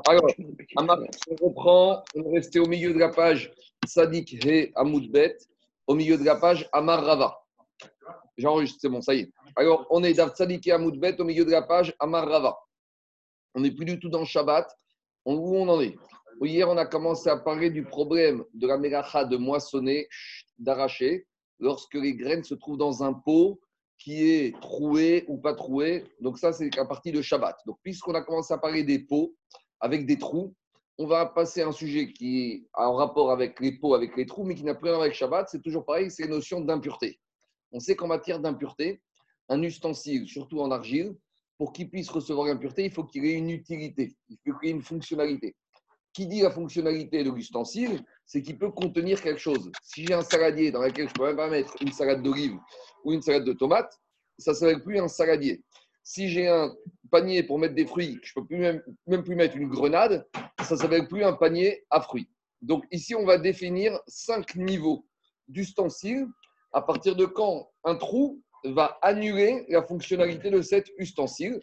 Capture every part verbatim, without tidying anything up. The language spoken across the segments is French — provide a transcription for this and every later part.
Alors, Amar, on reprend, on est resté au milieu de la page Sadik He Amoudbet, au milieu de la page Amar Rava. J'enregistre, c'est bon, ça y est. Alors, on est dans Sadik He Amoudbet, au milieu de la page Amar Rava. On n'est plus du tout dans le Shabbat. On, où on en est? Hier, on a commencé à parler du problème de la mélacha de moissonner, d'arracher, lorsque les graines se trouvent dans un pot qui est troué ou pas troué. Donc ça, c'est à partir de Shabbat. Donc, puisqu'on a commencé à parler des pots avec des trous, on va passer à un sujet qui a un rapport avec les pots, avec les trous, mais qui n'a plus rien à voir avec Shabbat. C'est toujours pareil, c'est la notion d'impureté. On sait qu'en matière d'impureté, un ustensile, surtout en argile, pour qu'il puisse recevoir l'impureté, il faut qu'il ait une utilité, il faut qu'il ait une fonctionnalité. Qui dit la fonctionnalité de l'ustensile, c'est qu'il peut contenir quelque chose. Si j'ai un saladier dans lequel je ne peux même pas mettre une salade d'olive ou une salade de tomates, ça ne s'appelle plus un saladier. Si j'ai un panier pour mettre des fruits, je ne peux plus même, même plus mettre une grenade, ça ne s'appelle plus un panier à fruits. Donc ici, on va définir cinq niveaux d'ustensiles à partir de quand un trou va annuler la fonctionnalité de cet ustensile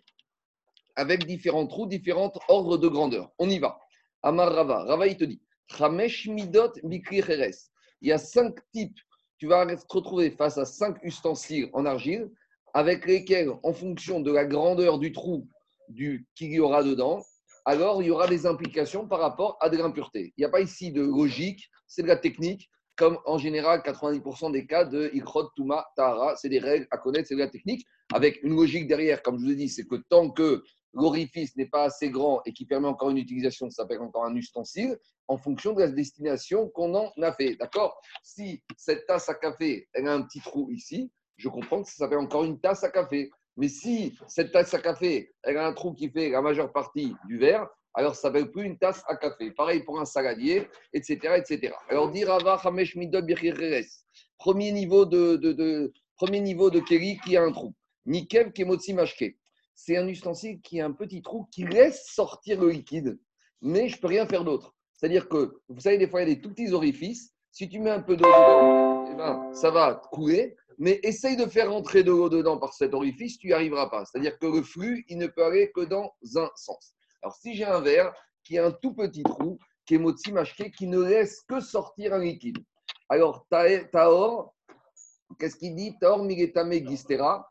avec différents trous, différents ordres de grandeur. On y va. Amar Rava. Rava, il te dit Chamesh midot bikri cheres. Il y a cinq types. Tu vas te retrouver face à cinq ustensiles en argile avec lesquels, en fonction de la grandeur du trou du, qu'il y aura dedans, alors il y aura des implications par rapport à de l'impureté. Il n'y a pas ici de logique, c'est de la technique, comme en général quatre-vingt-dix pour cent des cas de Ikrot, Touma, Tahara. C'est des règles à connaître, c'est de la technique, avec une logique derrière, comme je vous ai dit, c'est que tant que l'orifice n'est pas assez grand et qui permet encore une utilisation, ça s'appelle encore un ustensile, en fonction de la destination qu'on en a fait. D'accord? Si cette tasse à café, elle a un petit trou ici, je comprends que ça s'appelle encore une tasse à café. Mais si cette tasse à café, elle a un trou qui fait la majeure partie du verre, alors ça ne s'appelle plus une tasse à café. Pareil pour un saladier, et cetera et cetera. Alors, dire Rava, Hamesh, Midot, Birchireres. Premier niveau de, de, de, premier niveau de Keri qui a un trou. Nikev, Kemotsi, Mashke. C'est un ustensile qui a un petit trou qui laisse sortir le liquide, mais je ne peux rien faire d'autre. C'est-à-dire que, vous savez, des fois, il y a des tout petits orifices. Si tu mets un peu d'eau dedans, eh ben, ça va couler, mais essaye de faire rentrer de l'eau dedans par cet orifice, tu n'y arriveras pas. C'est-à-dire que le flux, il ne peut aller que dans un sens. Alors, si j'ai un verre qui a un tout petit trou, qui est motzi mashke, qui ne laisse que sortir un liquide. Alors, Taor, qu'est-ce qu'il dit? Taor migetame gistera.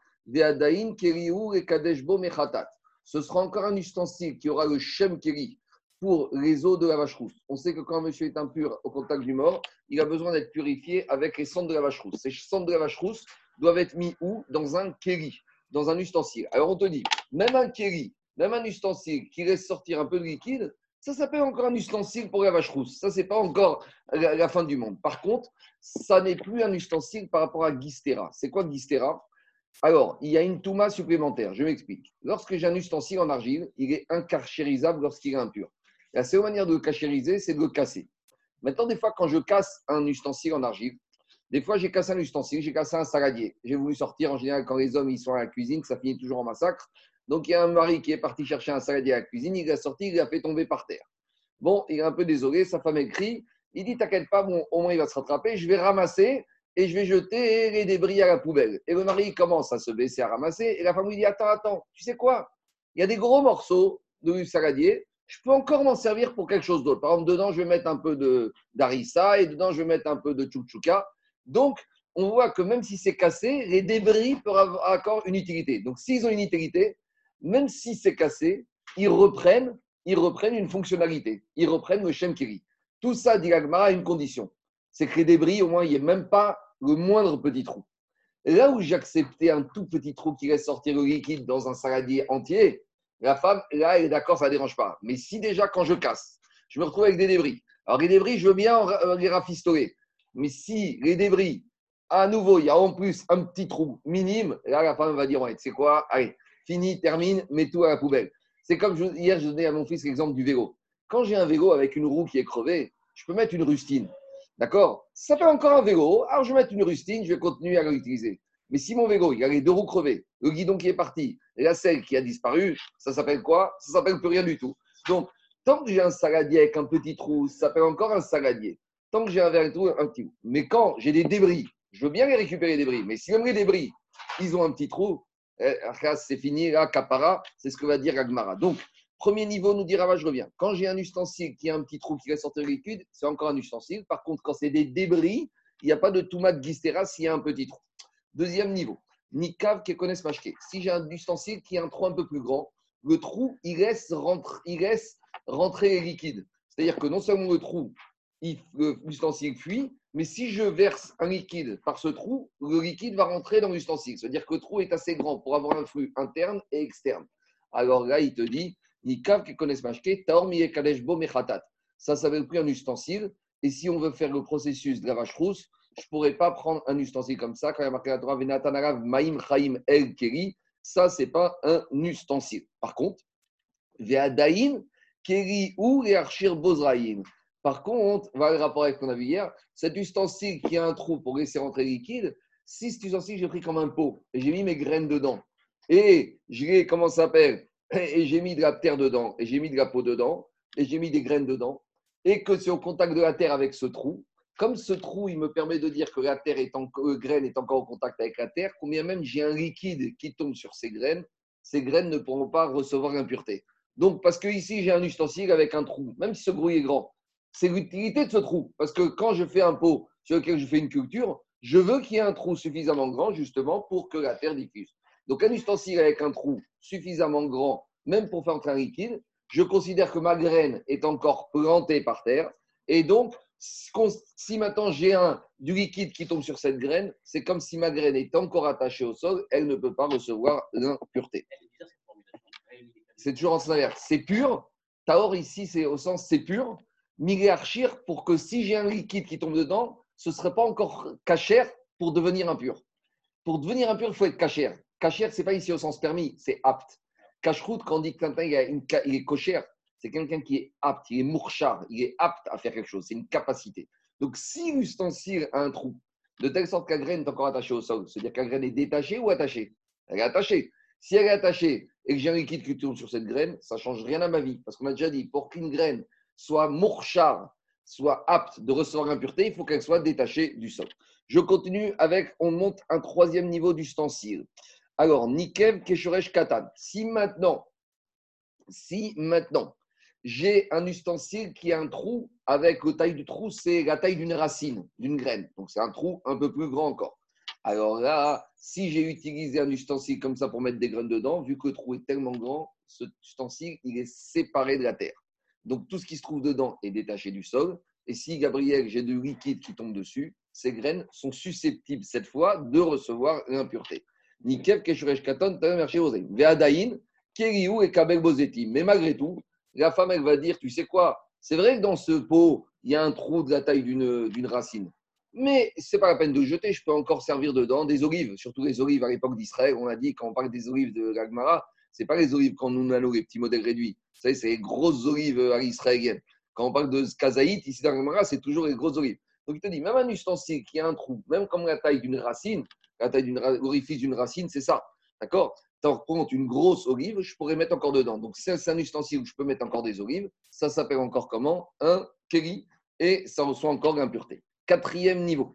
Ce sera encore un ustensile qui aura le Shem Keri pour les os de la vache rousse. On sait que quand un monsieur est impur au contact du mort, il a besoin d'être purifié avec les cendres de la vache rousse. Ces cendres de la vache rousse doivent être mis où? Dans un Keri, dans un ustensile. Alors on te dit, même un Keri, même un ustensile qui laisse sortir un peu de liquide, ça s'appelle encore un ustensile pour la vache rousse. Ça, ce n'est pas encore la, la fin du monde. Par contre, ça n'est plus un ustensile par rapport à Gistera. C'est quoi Gistera? Alors, il y a une touma supplémentaire. Je m'explique. Lorsque j'ai un ustensile en argile, il est incarchérisable lorsqu'il est impur. La seule manière de le cachériser, c'est de le casser. Maintenant, des fois, quand je casse un ustensile en argile, des fois, j'ai cassé un ustensile, j'ai cassé un saladier. J'ai voulu sortir, en général, quand les hommes ils sont à la cuisine, ça finit toujours en massacre. Donc, il y a un mari qui est parti chercher un saladier à la cuisine, il l'a sorti, il l'a fait tomber par terre. Bon, il est un peu désolé, sa femme écrit, il dit, t'inquiète pas, bon, au moins il va se rattraper, je vais ramasser et je vais jeter les débris à la poubelle. Et le mari commence à se baisser, à ramasser, et la femme lui dit, attends, attends, tu sais quoi? Il y a des gros morceaux de saladier, je peux encore m'en servir pour quelque chose d'autre. Par exemple, dedans, je vais mettre un peu de, d'harissa et dedans, je vais mettre un peu de chouchouka. Donc, on voit que même si c'est cassé, les débris peuvent avoir encore une utilité. Donc, s'ils ont une utilité, même si c'est cassé, ils reprennent, ils reprennent une fonctionnalité. Ils reprennent le Shem Keri. Tout ça, dit la Gemara, a une condition. C'est que les débris, au moins, il n'y ait même pas le moindre petit trou. Et là où j'acceptais un tout petit trou qui laisse sortir le liquide dans un saladier entier, la femme, là, elle est d'accord, ça ne dérange pas. Mais si déjà, quand je casse, je me retrouve avec des débris. Alors, les débris, je veux bien les rafistoler. Mais si les débris, à nouveau, il y a en plus un petit trou minime, là, la femme va dire, ouais, tu sais quoi, allez, fini, termine, mets tout à la poubelle. C'est comme je, hier, je donnais à mon fils l'exemple du vélo. Quand j'ai un vélo avec une roue qui est crevée, je peux mettre une rustine. D'accord? Ça fait encore un vélo. Alors, je vais mettre une rustine, je vais continuer à l'utiliser. Mais si mon vélo, il a les deux roues crevées, le guidon qui est parti, et la selle qui a disparu, ça s'appelle quoi? Ça s'appelle plus rien du tout. Donc, tant que j'ai un saladier avec un petit trou, ça s'appelle encore un saladier. Tant que j'ai un verre trou, un petit trou. Mais quand j'ai des débris, je veux bien les récupérer les débris. Mais si même les débris, ils ont un petit trou, eh, c'est fini, là, capara, c'est ce que va dire Agmara. Donc, Premier niveau, nous dit Rava, je reviens. Quand j'ai un ustensile qui a un petit trou qui laisse sortir le liquide, c'est encore un ustensile. Par contre, quand c'est des débris, il n'y a pas de tomate gistera s'il y a un petit trou. Deuxième niveau, Nikav qui connaissent machke. Si j'ai un ustensile qui a un trou un peu plus grand, le trou, il laisse, rentre, il laisse rentrer les liquides. C'est-à-dire que non seulement le trou, il, l'ustensile fuit, mais si je verse un liquide par ce trou, le liquide va rentrer dans l'ustensile. C'est-à-dire que le trou est assez grand pour avoir un flux interne et externe. Alors là, il te dit, Nikav qui connaissent machke, taor miye kadesh bo mechatat. Ça, ça veut plus un ustensile. Et si on veut faire le processus de la vache rousse, je ne pourrais pas prendre un ustensile comme ça. Quand il y a marqué la Torah, Venatanarav Maïm Chaim El Keri, ça, ce n'est pas un ustensile. Par contre, Veadaïn Keri ou et Archir Bozraïn. Par contre, voilà le rapport avec ce qu'on a vu hier, cet ustensile qui a un trou pour laisser rentrer le liquide, si cet ustensile, j'ai pris comme un pot et j'ai mis mes graines dedans, et j'ai, comment ça s'appelle, et j'ai mis de la terre dedans, et j'ai mis de la peau dedans, et j'ai mis des graines dedans, et que c'est au contact de la terre avec ce trou, comme ce trou, il me permet de dire que la terre est en, euh, graine est encore en contact avec la terre, combien même j'ai un liquide qui tombe sur ces graines, ces graines ne pourront pas recevoir l'impureté. Donc, parce que ici, j'ai un ustensile avec un trou, même si ce trou est grand, c'est l'utilité de ce trou. Parce que quand je fais un pot sur lequel je fais une culture, je veux qu'il y ait un trou suffisamment grand, justement, pour que la terre diffuse. Donc, un ustensile avec un trou suffisamment grand, même pour faire entrer un liquide, je considère que ma graine est encore plantée par terre. Et donc, si maintenant j'ai un, du liquide qui tombe sur cette graine, c'est comme si ma graine est encore attachée au sol, elle ne peut pas recevoir l'impureté. C'est toujours en sens inverse. C'est pur. Taor ici, c'est au sens c'est pur. Milé archir pour que si j'ai un liquide qui tombe dedans, ce ne serait pas encore cachère pour devenir impur. Pour devenir impur, il faut être cachère. Cachère, ce n'est pas ici au sens permis, c'est apte. Cacheroute, quand on dit que quelqu'un il, a une, il est cochère, c'est quelqu'un qui est apte, il est mourchard, il est apte à faire quelque chose, c'est une capacité. Donc, si l'ustensile a un trou, de telle sorte que la graine est encore attachée au sol, c'est-à-dire que la graine est détachée ou attachée? Elle est attachée. Si elle est attachée et que j'ai un liquide qui tourne sur cette graine, ça ne change rien à ma vie. Parce qu'on a déjà dit, pour qu'une graine soit mourchard, soit apte de recevoir l'impureté, il faut qu'elle soit détachée du sol. Je continue avec, on monte un troisième niveau d'ustensile. Alors, Nikev Keshoresh Katan. Si maintenant, si maintenant, j'ai un ustensile qui a un trou, avec la taille du trou, c'est la taille d'une racine, d'une graine. Donc, c'est un trou un peu plus grand encore. Alors là, si j'ai utilisé un ustensile comme ça pour mettre des graines dedans, vu que le trou est tellement grand, cet ustensile, il est séparé de la terre. Donc, tout ce qui se trouve dedans est détaché du sol. Et si, Gabriel, j'ai du liquide qui tombe dessus, ces graines sont susceptibles, cette fois, de recevoir l'impureté. Nikev Keshuresh Katon, Tamerché Oseim. Veadaïn, Keriou et Kabel Bozetim. Mais malgré tout, la femme, elle va dire, tu sais quoi, c'est vrai que dans ce pot, il y a un trou de la taille d'une, d'une racine. Mais ce n'est pas la peine de jeter, je peux encore servir dedans des olives, surtout les olives à l'époque d'Israël. On a dit, quand on parle des olives de l'Agmara, ce n'est pas les olives quand nous avons les petits modèles réduits. Vous savez, c'est les grosses olives à l'israélienne. Quand on parle de Kazaït, ici dans l'Agmara, c'est toujours les grosses olives. Donc il te dit, même un ustensile qui a un trou, même comme la taille d'une racine, la taille d'une l'orifice d'une racine, c'est ça. D'accord? Par contre, une grosse olive, je pourrais mettre encore dedans. Donc c'est un ustensile où je peux mettre encore des olives. Ça s'appelle encore comment? Un keri, et ça reçoit encore l'impureté. Quatrième niveau.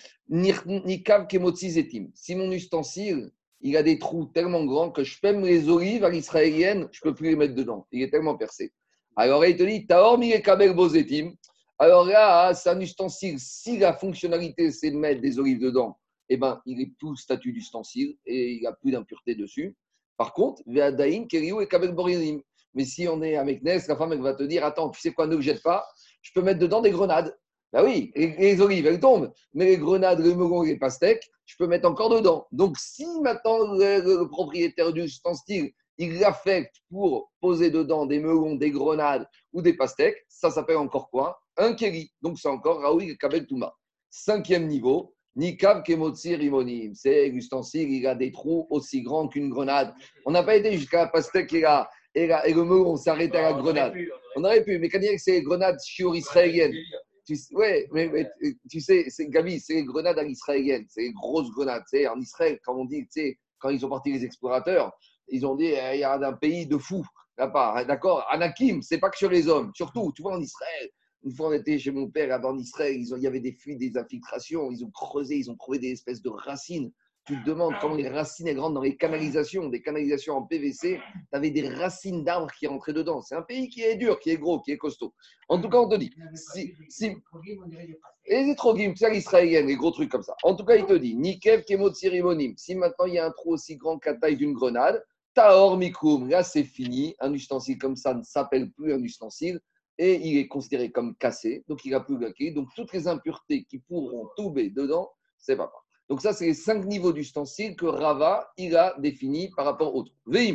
Nikav kemotzi zetim. Si mon ustensile, il a des trous tellement grands que je pème les olives à l'israélienne, je ne peux plus les mettre dedans. Il est tellement percé. Alors il te dit, Taor mi kabel bozetim. Alors là, c'est un ustensile. Si la fonctionnalité, c'est de mettre des olives dedans, eh ben, il est tout statut d'ustensile et il n'y a plus d'impureté dessus. Par contre, ve'adaïn keriou et kabel borizim. Mais si on est avec Nes, la femme elle va te dire, attends, tu sais quoi, ne le jette pas, je peux mettre dedans des grenades. Ben oui, les, les olives, elles tombent, mais les grenades, les melons, les pastèques, je peux mettre encore dedans. Donc, si maintenant le, le propriétaire du ustensile, il l'affecte pour poser dedans des melons, des grenades ou des pastèques, ça s'appelle encore quoi? Un kéri. Donc, c'est encore Raoui Kabel Touma. Cinquième niveau, Nikav Kemotsi Rimonim. C'est l'ustensile, il a des trous aussi grands qu'une grenade. On n'a pas été jusqu'à la pastèque et, la, et, la, et le melon, on s'est arrêté à la grenade. On aurait pu, mais quand il y a que c'est les grenades chior-israéliennes. Tu, ouais, mais, mais tu sais, c'est, Gabi, c'est les grenades à l'israélienne, c'est les grosses grenades. Tu sais, en Israël, quand on dit, tu sais, quand ils sont partis les explorateurs, ils ont dit, il y a un pays de fous là-bas, d'accord? Anakim, c'est pas que sur les hommes, surtout, tu vois, en Israël. Une fois, on était chez mon père là-bas en Israël, ils ont, il y avait des fuites, des infiltrations, ils ont creusé, ils ont trouvé des espèces de racines. Tu te demandes comment les racines elles rentrent dans les canalisations, des canalisations en P V C, tu avais des racines d'arbres qui rentraient dedans. C'est un pays qui est dur, qui est gros, qui est costaud. En tout cas, on te dit, si, si, les étrogim, c'est l'israélienne, les gros trucs comme ça. En tout cas, il te dit, Nikev Kemot Sirimonim, si maintenant il y a un trou aussi grand qu'à taille d'une grenade, Taor Mikroum, là c'est fini, un ustensile comme ça ne s'appelle plus un ustensile et il est considéré comme cassé, donc il n'a plus laqué. Donc toutes les impuretés qui pourront tomber dedans, c'est pas grave. Donc ça, c'est les cinq niveaux d'ustensiles que Rava, il a définis par rapport aux autres. Veim,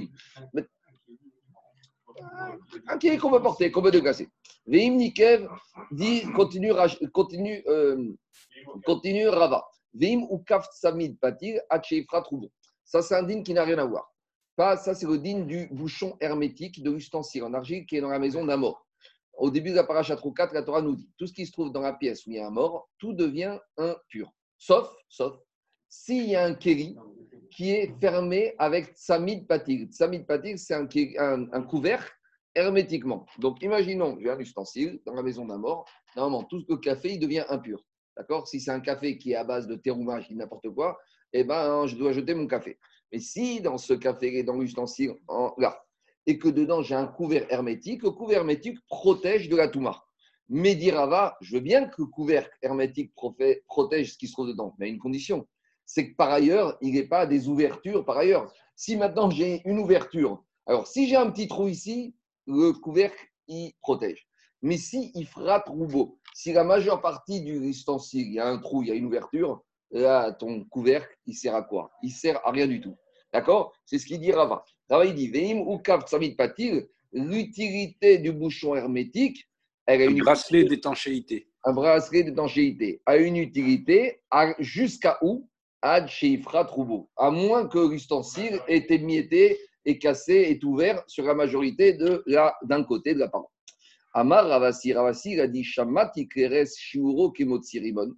un pied qu'on veut porter, qu'on veut déplacer. Veim Nikev dit, continue, continue, euh, continue Rava. Veim ou Kaft Samid Patil, Hacheifra Troubo. Ça, c'est un din qui n'a rien à voir. Pas, ça, c'est le din du bouchon hermétique de l'ustensile en argile qui est dans la maison d'un mort. Au début de la paracha quatre, la Torah nous dit tout ce qui se trouve dans la pièce où il y a un mort, tout devient impur. Sauf, sauf, s'il y a un kéli qui est fermé avec Tsamid Patil. Tsamid Patil, c'est un, un, un couvercle hermétiquement. Donc, imaginons, j'ai un ustensile dans la maison d'un mort. Normalement, tout le café, il devient impur. D'accord? Si c'est un café qui est à base de teroumage, n'importe quoi, eh ben, je dois jeter mon café. Mais si dans ce café, dans l'ustensile, en, là, et que dedans j'ai un couvert hermétique, le couvert hermétique protège de la touma. Mais dit Rava, je veux bien que le couvercle hermétique protège ce qui se trouve dedans, mais à une condition, c'est que par ailleurs, il n'est pas des ouvertures par ailleurs. Si maintenant j'ai une ouverture, alors si j'ai un petit trou ici, le couvercle, il protège. Mais si il fera trop beau, si la majeure partie du ustensile, il y a un trou, il y a une ouverture, là, ton couvercle, il sert à quoi? Il sert à rien du tout. D'accord? C'est ce qu'il dit Rava. Rava, il dit Veim ou Kav Tsamid Patil, l'utilité du bouchon hermétique, elle a une un bracelet d'étanchéité. Un bracelet d'étanchéité a une utilité à, jusqu'à où? Ad Sheifra Troubo. À moins que l'ustensile ait été émietté et cassé, est ouvert sur la majorité de la, d'un côté de la paroi. Amar Ravasi, Ravasi, il a dit Shamati Keres Shiuro Kemotzirimon.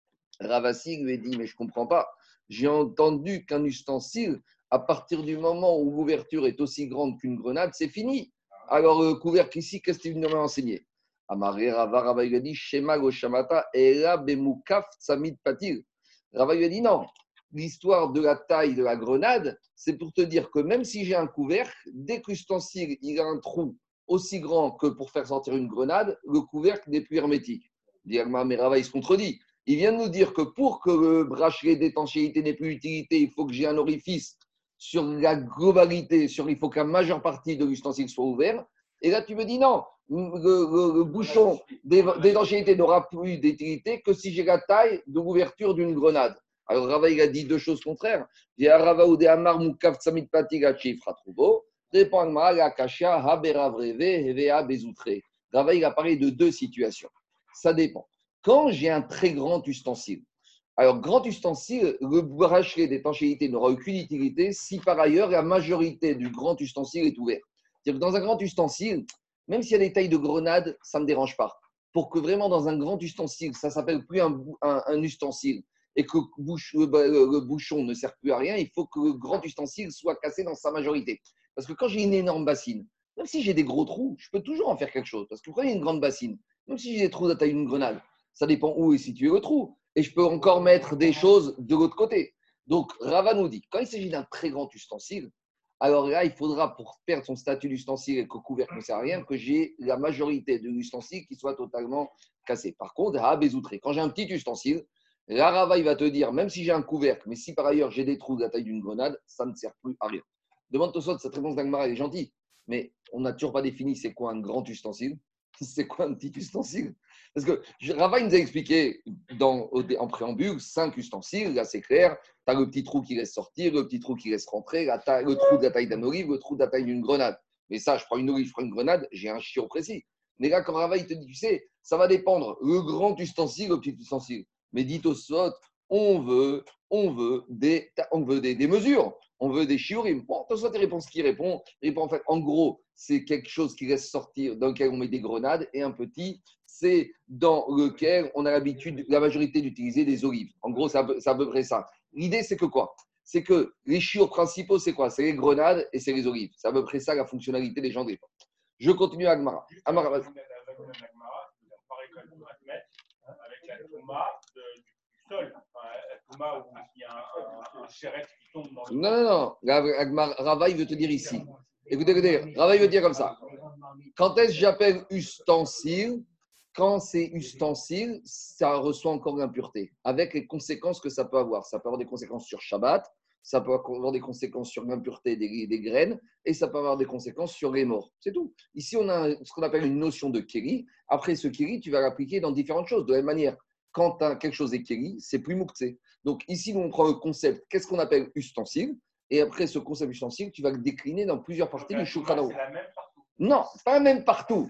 Ravasi lui a dit, mais je ne comprends pas. J'ai entendu qu'un ustensile, à partir du moment où l'ouverture est aussi grande qu'une grenade, c'est fini. Alors, le couvercle ici, qu'est-ce que tu viens de m'enseigner? Amaré Rava, Rava lui a dit, Shema Goshamata, Ela Bemukaf Samid Patil. Rava lui a dit, non. L'histoire de la taille de la grenade, c'est pour te dire que même si j'ai un couvercle, dès que l'ustensile il a un trou aussi grand que pour faire sortir une grenade, le couvercle n'est plus hermétique. Mais Rava, il se contredit. Il vient de nous dire que pour que le bracelet d'étanchéité n'ait plus d'utilité, il faut que j'ai un orifice sur la globalité, sur, il faut que la majeure partie de l'ustensile soit ouverte. Et là, tu me dis non, le, le, le bouchon d'étanchéité n'aura plus d'utilité que si j'ai la taille de l'ouverture d'une grenade. Alors Rava, il a dit deux choses contraires. Il y a Rava ou des Amar Moukav Tsamid Patiga Chifra Troubo. Répond Agmara, la Kashia, Habera Vreve, Hevea Bezoutre. Rava, il a parlé de deux situations. Ça dépend. Quand j'ai un très grand ustensile, alors grand ustensile, le bracelet d'étanchéité n'aura aucune utilité si par ailleurs la majorité du grand ustensile est ouvert. C'est-à-dire que dans un grand ustensile, même s'il y a des tailles de grenade, ça ne me dérange pas. Pour que vraiment dans un grand ustensile, ça ne s'appelle plus un, un, un ustensile et que bouche, le, le bouchon ne sert plus à rien, il faut que le grand ustensile soit cassé dans sa majorité. Parce que quand j'ai une énorme bassine, même si j'ai des gros trous, je peux toujours en faire quelque chose. Parce que quand il y a une grande bassine, même si j'ai des trous de la taille d'une grenade, ça dépend où est situé le trou. Et je peux encore mettre des choses de l'autre côté. Donc, Rava nous dit, quand il s'agit d'un très grand ustensile, alors là, il faudra, pour perdre son statut d'ustensile et que le couvercle ne sert à rien, que j'ai la majorité de l'ustensile qui soit totalement cassé. Par contre, à Bézoutré, quand j'ai un petit ustensile, là, Rava, il va te dire, même si j'ai un couvercle, mais si par ailleurs j'ai des trous de la taille d'une grenade, ça ne sert plus à rien. Demande-toi soit cette réponse d'Agmara, elle est gentille, mais on n'a toujours pas défini c'est quoi un grand ustensile. C'est quoi un petit ustensile? Parce que Rava nous a expliqué dans, en préambule cinq ustensiles, là c'est clair. Tu as le petit trou qui laisse sortir, le petit trou qui laisse rentrer, la taille, le trou de la taille d'un olive, le trou de la taille d'une grenade. Mais ça, je prends une olive, je prends une grenade, j'ai un chiot précis. Mais là, quand Rava il te dit, tu sais, ça va dépendre, le grand ustensile, le petit ustensile. Mais dit au sot, on veut, on veut des, on veut des, des mesures. On veut des shiurim. Bon, tu as des réponses qui répondent. répond en fait, en gros, c'est quelque chose qui laisse sortir, dans lequel on met des grenades, et un petit, c'est dans lequel on a l'habitude, la majorité, d'utiliser des olives. En gros, c'est à peu, c'est à peu près ça. L'idée, c'est que quoi? C'est que les shiurs principaux, c'est quoi? C'est les grenades et c'est les olives. C'est à peu près ça la fonctionnalité des gens des fois. Je continue à Agmara. Amara. Avec la touma du sol. Enfin, Thomas, où il y a un, un, un chéret qui tombe dans le. Non, non, non. La- Rava, il veut te dire ici. Écoutez, écoutez. Rava, il veut dire comme ça. Quand est-ce que j'appelle ustensile? Quand c'est ustensile, ça reçoit encore l'impureté, avec les conséquences que ça peut avoir. Ça peut avoir des conséquences sur Shabbat, ça peut avoir des conséquences sur l'impureté des, des graines, et ça peut avoir des conséquences sur les morts. C'est tout. Ici, on a ce qu'on appelle une notion de kéli. Après ce kéli, tu vas l'appliquer dans différentes choses. De la même manière, quand quelque chose est kéli, c'est plus mouktsé. Donc ici, nous, on prend le concept, qu'est-ce qu'on appelle ustensile, et après ce concept ustensile, tu vas le décliner dans plusieurs parties du Shulchan Aruch. C'est la même partout. Non, pas même partout.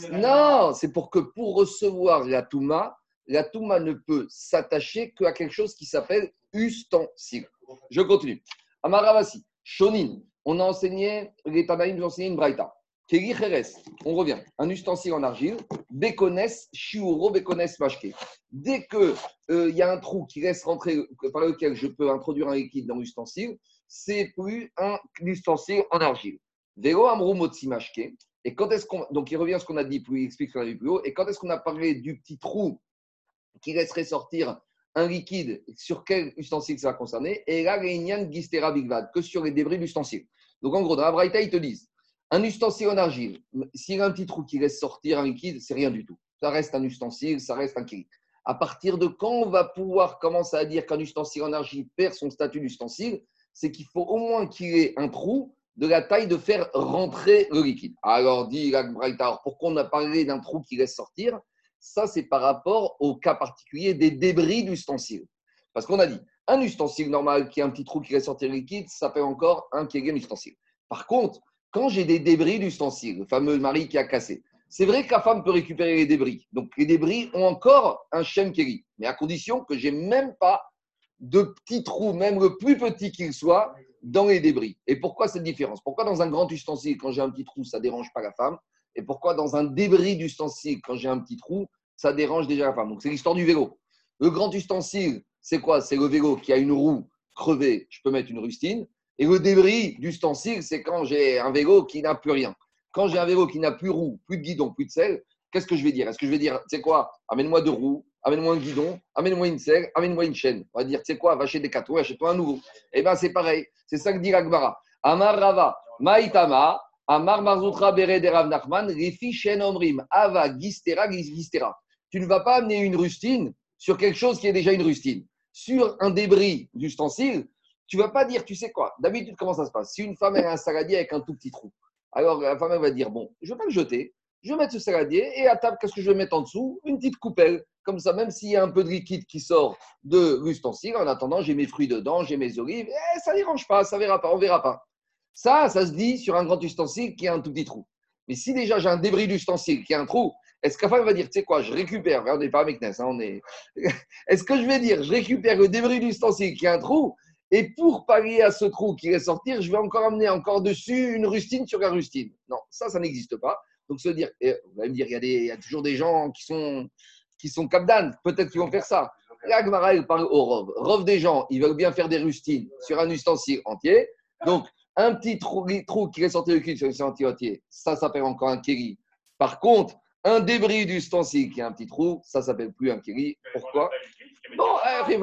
Non, c'est pour que pour recevoir la Touma, la Touma ne peut s'attacher qu'à quelque chose qui s'appelle ustensile. Je continue. Amaravasi, Shonin, on a enseigné, les Tanaïm nous ont enseigné une braïta. Keri Cheres, on revient. Un ustensile en argile, Bekones, Shiuro, Bekones, Mashke. Dès qu'il euh, y a un trou qui laisse rentrer, par lequel je peux introduire un liquide dans l'ustensile, c'est plus un ustensile en argile. Vélo Amrou Motsi Mashke. Et quand est-ce qu'on. Donc, il revient à ce qu'on a dit, puis il explique ce qu'on a dit plus haut. Et quand est-ce qu'on a parlé du petit trou qui laisserait sortir un liquide, sur quel ustensile ça va concerner? Et là, les Inyan Gistera Bigvad, que sur les débris de l'ustensile. Donc, en gros, dans la Braïta, ils te disent un ustensile en argile, s'il y a un petit trou qui laisse sortir un liquide, c'est rien du tout. Ça reste un ustensile, ça reste un kiri. À partir de quand on va pouvoir commencer à dire qu'un ustensile en argile perd son statut d'ustensile? C'est qu'il faut au moins qu'il ait un trou de la taille de faire rentrer le liquide. Alors, dit la Braïta, pourquoi on a parlé d'un trou qui laisse sortir? Ça, c'est par rapport au cas particulier des débris d'ustensile. Parce qu'on a dit, un ustensile normal qui a un petit trou qui laisse sortir le liquide, ça s'appelle encore un kégem ustensile. Par contre, quand j'ai des débris d'ustensile, le fameux mari qui a cassé, c'est vrai que la femme peut récupérer les débris. Donc, les débris ont encore un shem kéli, mais à condition que je n'ai même pas de petits trous, même le plus petit qu'il soit, dans les débris. Et pourquoi cette différence? Pourquoi dans un grand ustensile, quand j'ai un petit trou, ça ne dérange pas la femme? Et pourquoi dans un débris d'ustensile, quand j'ai un petit trou, ça dérange déjà la femme? Donc, c'est l'histoire du vélo. Le grand ustensile, c'est quoi? C'est le vélo qui a une roue crevée, je peux mettre une rustine. Et le débris d'ustensile, c'est quand j'ai un vélo qui n'a plus rien. Quand j'ai un vélo qui n'a plus roue, plus de guidon, plus de selle, qu'est-ce que je vais dire? Est-ce que je vais dire, c'est quoi? Amène-moi deux roues, amène-moi un guidon, amène-moi une selle, amène-moi une chaîne. On va dire, c'est quoi? Va chez Decathlon, achète-toi un nouveau. Eh bien, c'est pareil. C'est ça que dit l'Agmara. Amar Rava, Maïtama, Amar Marzoutra Bere de Rav Nachman, Rifi Shen Omrim, Ava Gistera Gistera. Tu ne vas pas amener une rustine sur quelque chose qui est déjà une rustine. Sur un débris d'ustensile, tu ne vas pas dire, tu sais quoi, d'habitude, comment ça se passe? Si une femme a un saladier avec un tout petit trou, alors la femme elle va dire, bon, je ne vais pas le jeter, je vais mettre ce saladier et à table, qu'est-ce que je vais mettre en dessous? Une petite coupelle. Comme ça, même s'il y a un peu de liquide qui sort de l'ustensile, en attendant, j'ai mes fruits dedans, j'ai mes olives, et ça ne dérange pas, ça ne verra pas, on ne verra pas. Ça, ça se dit sur un grand ustensile qui a un tout petit trou. Mais si déjà j'ai un débris d'ustensile qui a un trou, est-ce qu'à femme va dire, tu sais quoi, je récupère, regarde, on n'est pas avec Ness, hein, on est. Est-ce que je vais dire, je récupère le débris d'ustensile qui a un trou, et pour pallier à ce trou qui va sortir, je vais encore amener encore dessus une rustine sur la rustine? Non, ça, ça n'existe pas. Donc, se dire, et vous allez me dire, il y, a des, il y a toujours des gens qui sont, qui sont capdanes, peut-être qu'ils vont faire ça. La Gemara, elle parle au rov. Rov des gens, ils veulent bien faire des rustines sur un ustensile entier. Donc, un petit trou, trou qui est sorti de cul sur un ustensile entier, ça s'appelle encore un kéli. Par contre, un débris d'ustensile qui a un petit trou, ça ne s'appelle plus un kéli. Pourquoi? Bon,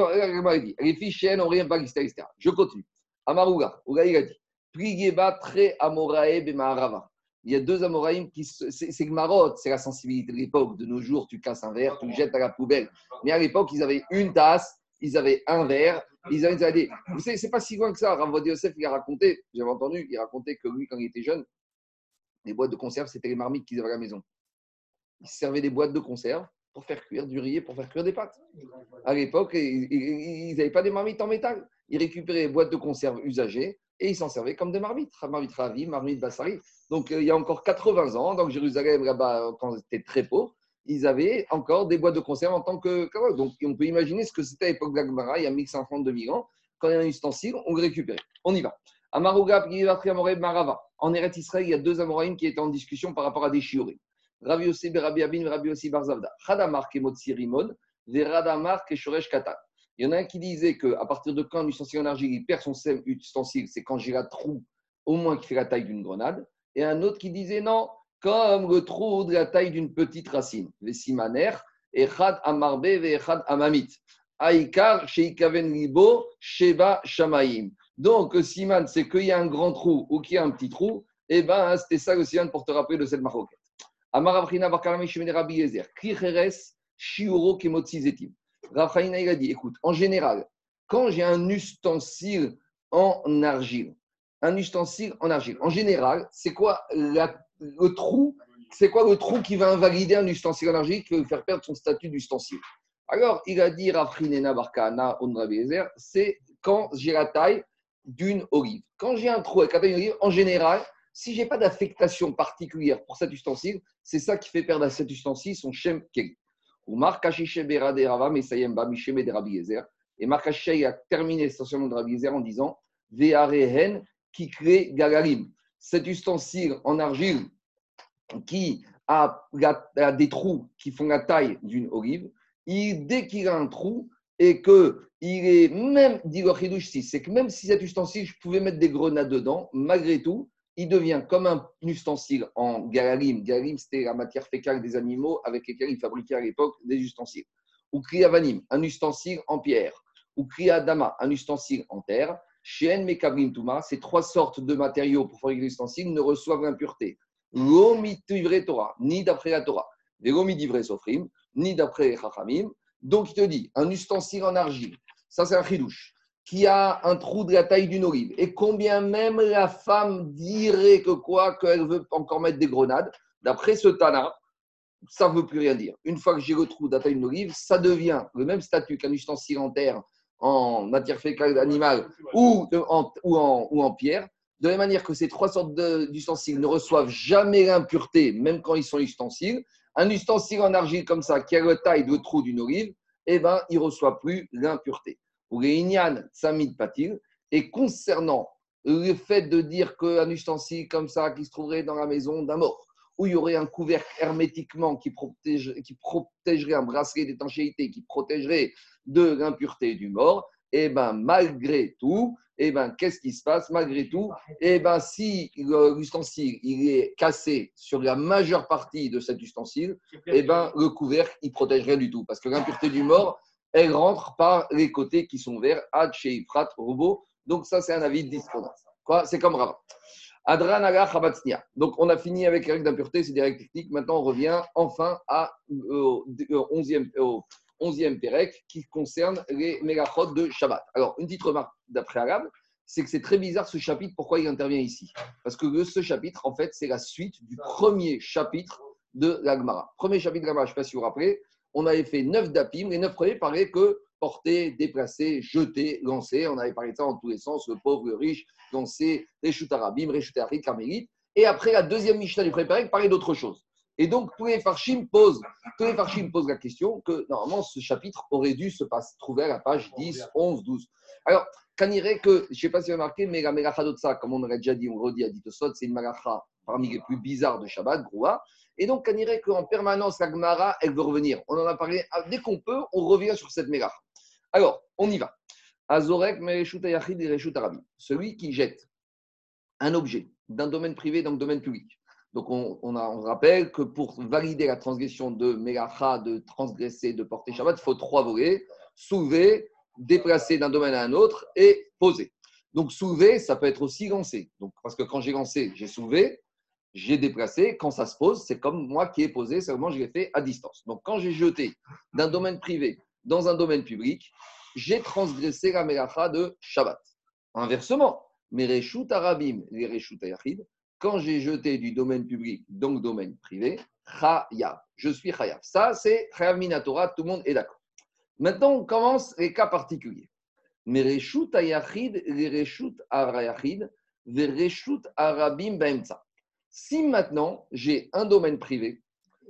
les fichiers n'ont rien pas, et cetera. Je continue. Amarouga, Ouga, il a dit Prigeba tre amorae bemaharava. Il y a deux amoraïm qui. Se, c'est, c'est Gmarot, c'est la sensibilité de l'époque. De nos jours, tu casses un verre, tu le jettes à la poubelle. Mais à l'époque, ils avaient une tasse, ils avaient un verre, ils avaient, ils avaient des. Vous savez, c'est pas si loin que ça. Rav Yosef, il a raconté, j'avais entendu, il racontait que lui, quand il était jeune, les boîtes de conserve, c'était les marmites qu'ils avaient à la maison. Ils servaient des boîtes de conserve pour faire cuire du riz, pour faire cuire des pâtes. À l'époque, ils n'avaient pas des marmites en métal. Ils récupéraient les boîtes de conserve usagées et ils s'en servaient comme des marmites. Marmite Ravi, marmite Bassari. Donc, euh, il y a encore quatre-vingts ans, dans Jérusalem, là-bas, quand c'était très pauvre, ils avaient encore des boîtes de conserve en tant que. Donc, on peut imaginer ce que c'était à l'époque de l'Agmara, il y a mille cinq cents, deux mille ans. Quand il y a un ustensile, on le récupérait. On y va. Amarouga, Marava. En Eretz Israël, il y a deux Amoraïm qui étaient en discussion par rapport à des shiurim. Rav Yossi Rabbi Abin, Rabbi Yossi Barzavda. Hadamar Kemotsi Rimon, Veradamar Keshoresh Katan. Il y en a un qui disait qu'à partir de quand un ustensile en argile il perd son ustensile, c'est quand j'ai la trou au moins qui fait la taille d'une grenade. Et un autre qui disait non, comme le trou de la taille d'une petite racine. Vesimaner, Echad Amarbe, Echad Amamit. Aïkar, Sheikaven Libo, Sheba Shamaim. Donc, le siman, c'est qu'il y a un grand trou ou qu'il y a un petit trou. Eh bien, c'était ça le siman pour te rappeler de cette maroquette. Amar Avchina Barkarami Shemene Rabbi Yezer, Kli Cheres, Shiuro Kemotzi Zetim. Rav Chaina, il a dit, écoute, en général, quand j'ai un ustensile en argile, un ustensile en argile, en général, c'est quoi la, le trou C'est quoi le trou qui va invalider un ustensile en argile, qui va lui faire perdre son statut d'ustensile? Alors, il a dit, Rav Chaina Barkana on Rabbi Yezer, c'est quand j'ai la taille d'une olive. Quand j'ai un trou avec la taille d'une olive, en général, si je n'ai pas d'affectation particulière pour cet ustensile, c'est ça qui fait perdre à cet ustensile son Shem Keli. Ou Marc Hachishe Berade Rava, Mesayemba, Misheme de Rabbi Yezer. Et Marc Hachishe a terminé le stationnement de Rabbi Yezer en disant Ve'arehen qui crée Galalim. Cet ustensile en argile qui a, a des trous qui font la taille d'une olive, il, dès qu'il a un trou, et que il est même, dit le Chidouche six, c'est que même si cet ustensile, je pouvais mettre des grenades dedans, malgré tout, il devient comme un ustensile en galalim. Galalim, c'était la matière fécale des animaux avec lesquels ils fabriquaient à l'époque des ustensiles. Ou kriavanim, un ustensile en pierre. Ou kriadama, un ustensile en terre. Sheen mekabrim tuma, ces trois sortes de matériaux pour fabriquer des ustensiles ne reçoivent l'impureté. L'omitivre Torah, ni d'après la Torah. L'omidivre sofrim, ni d'après Chachamim. Donc, il te dit, un ustensile en argile, ça c'est un chidouche, qui a un trou de la taille d'une olive, et combien même la femme dirait que quoi, qu'elle veut encore mettre des grenades, d'après ce Tana, ça ne veut plus rien dire. Une fois que j'ai le trou de la taille d'une olive, ça devient le même statut qu'un ustensile en terre, en matière fécale animale ou en, ou, en, ou en pierre, de la même manière que ces trois sortes d'ustensiles ne reçoivent jamais l'impureté, même quand ils sont ustensiles. Un ustensile en argile comme ça, qui a la taille de trou d'une olive, eh ben, il ne reçoit plus l'impureté. Pour les Inyan, Samid Patil. Et concernant le fait de dire qu'un ustensile comme ça, qui se trouverait dans la maison d'un mort, où il y aurait un couvercle hermétiquement qui, protège, qui protégerait un bracelet d'étanchéité, qui protégerait de l'impureté du mort, eh ben, malgré tout, eh ben, qu'est-ce qui se passe malgré tout? Eh ben, si l'ustensile il est cassé sur la majeure partie de cet ustensile, eh ben, le couvercle il protège rien du tout, parce que l'impureté du mort, elle rentre par les côtés qui sont verts, ad sheifrat robot. Donc ça, c'est un avis discordant. Quoi? C'est comme Rava. Adran ala chabatznia. Donc on a fini avec les règles d'impureté, c'est des règles techniques. Maintenant, on revient enfin à, euh, au onzième au onzième Pérec qui concerne les mégachot de Shabbat. Alors, une petite remarque d'après-arabe, c'est que c'est très bizarre ce chapitre, pourquoi il intervient ici? Parce que ce chapitre, en fait, c'est la suite du premier chapitre de la Gemara. Premier chapitre de la Gemara, je ne sais pas si vous vous rappelez, on avait fait neuf dapim, les neuf premiers parlaient que porter, déplacer, jeter, lancer. On avait parlé de ça en tous les sens, le pauvre, le riche, lancer, Réchut Arabim, Réchut Arabim, Carmélite. Et après, la deuxième Mishnah du premier Pérec parlait d'autre chose. Et donc, tous les farshim posent, tous les farshim posent la question que, normalement, ce chapitre aurait dû se passer, trouver à la page dix, onze, douze. Alors, qu'on irait que, je ne sais pas si vous avez remarqué, mais la Melacha d'Otsa, comme on aurait déjà dit, on redit à Ditosot, c'est une Melacha parmi les plus bizarres de Shabbat, Groua. Et donc, qu'on irait qu'en permanence, la Gemara, elle veut revenir. On en a parlé, dès qu'on peut, on revient sur cette Melacha. Alors, on y va. Azorek, Mereshut Ayachid et Reshut Arabim. Celui qui jette un objet d'un domaine privé dans le domaine public. Donc, on, on, a, on rappelle que pour valider la transgression de Melacha, de transgresser, de porter Shabbat, il faut trois volets: soulever, déplacer d'un domaine à un autre et poser. Donc, soulever, ça peut être aussi lancer. Donc, parce que quand j'ai lancé, j'ai soulevé, j'ai déplacé. Quand ça se pose, c'est comme moi qui ai posé, seulement je l'ai fait à distance. Donc, quand j'ai jeté d'un domaine privé dans un domaine public, j'ai transgressé la Melacha de Shabbat. Inversement, mes Reshut Arabim, les Reshut Ayachid, quand j'ai jeté du domaine public dans le domaine privé, Chayav. Je suis Chayav. Ça, c'est Chayav Minatora, tout le monde est d'accord. Maintenant, on commence les cas particuliers. Mais Reshut Ayachid, les Reshut Arayachid, les Reshut Arabim Baemtsa. Si maintenant, j'ai un domaine privé,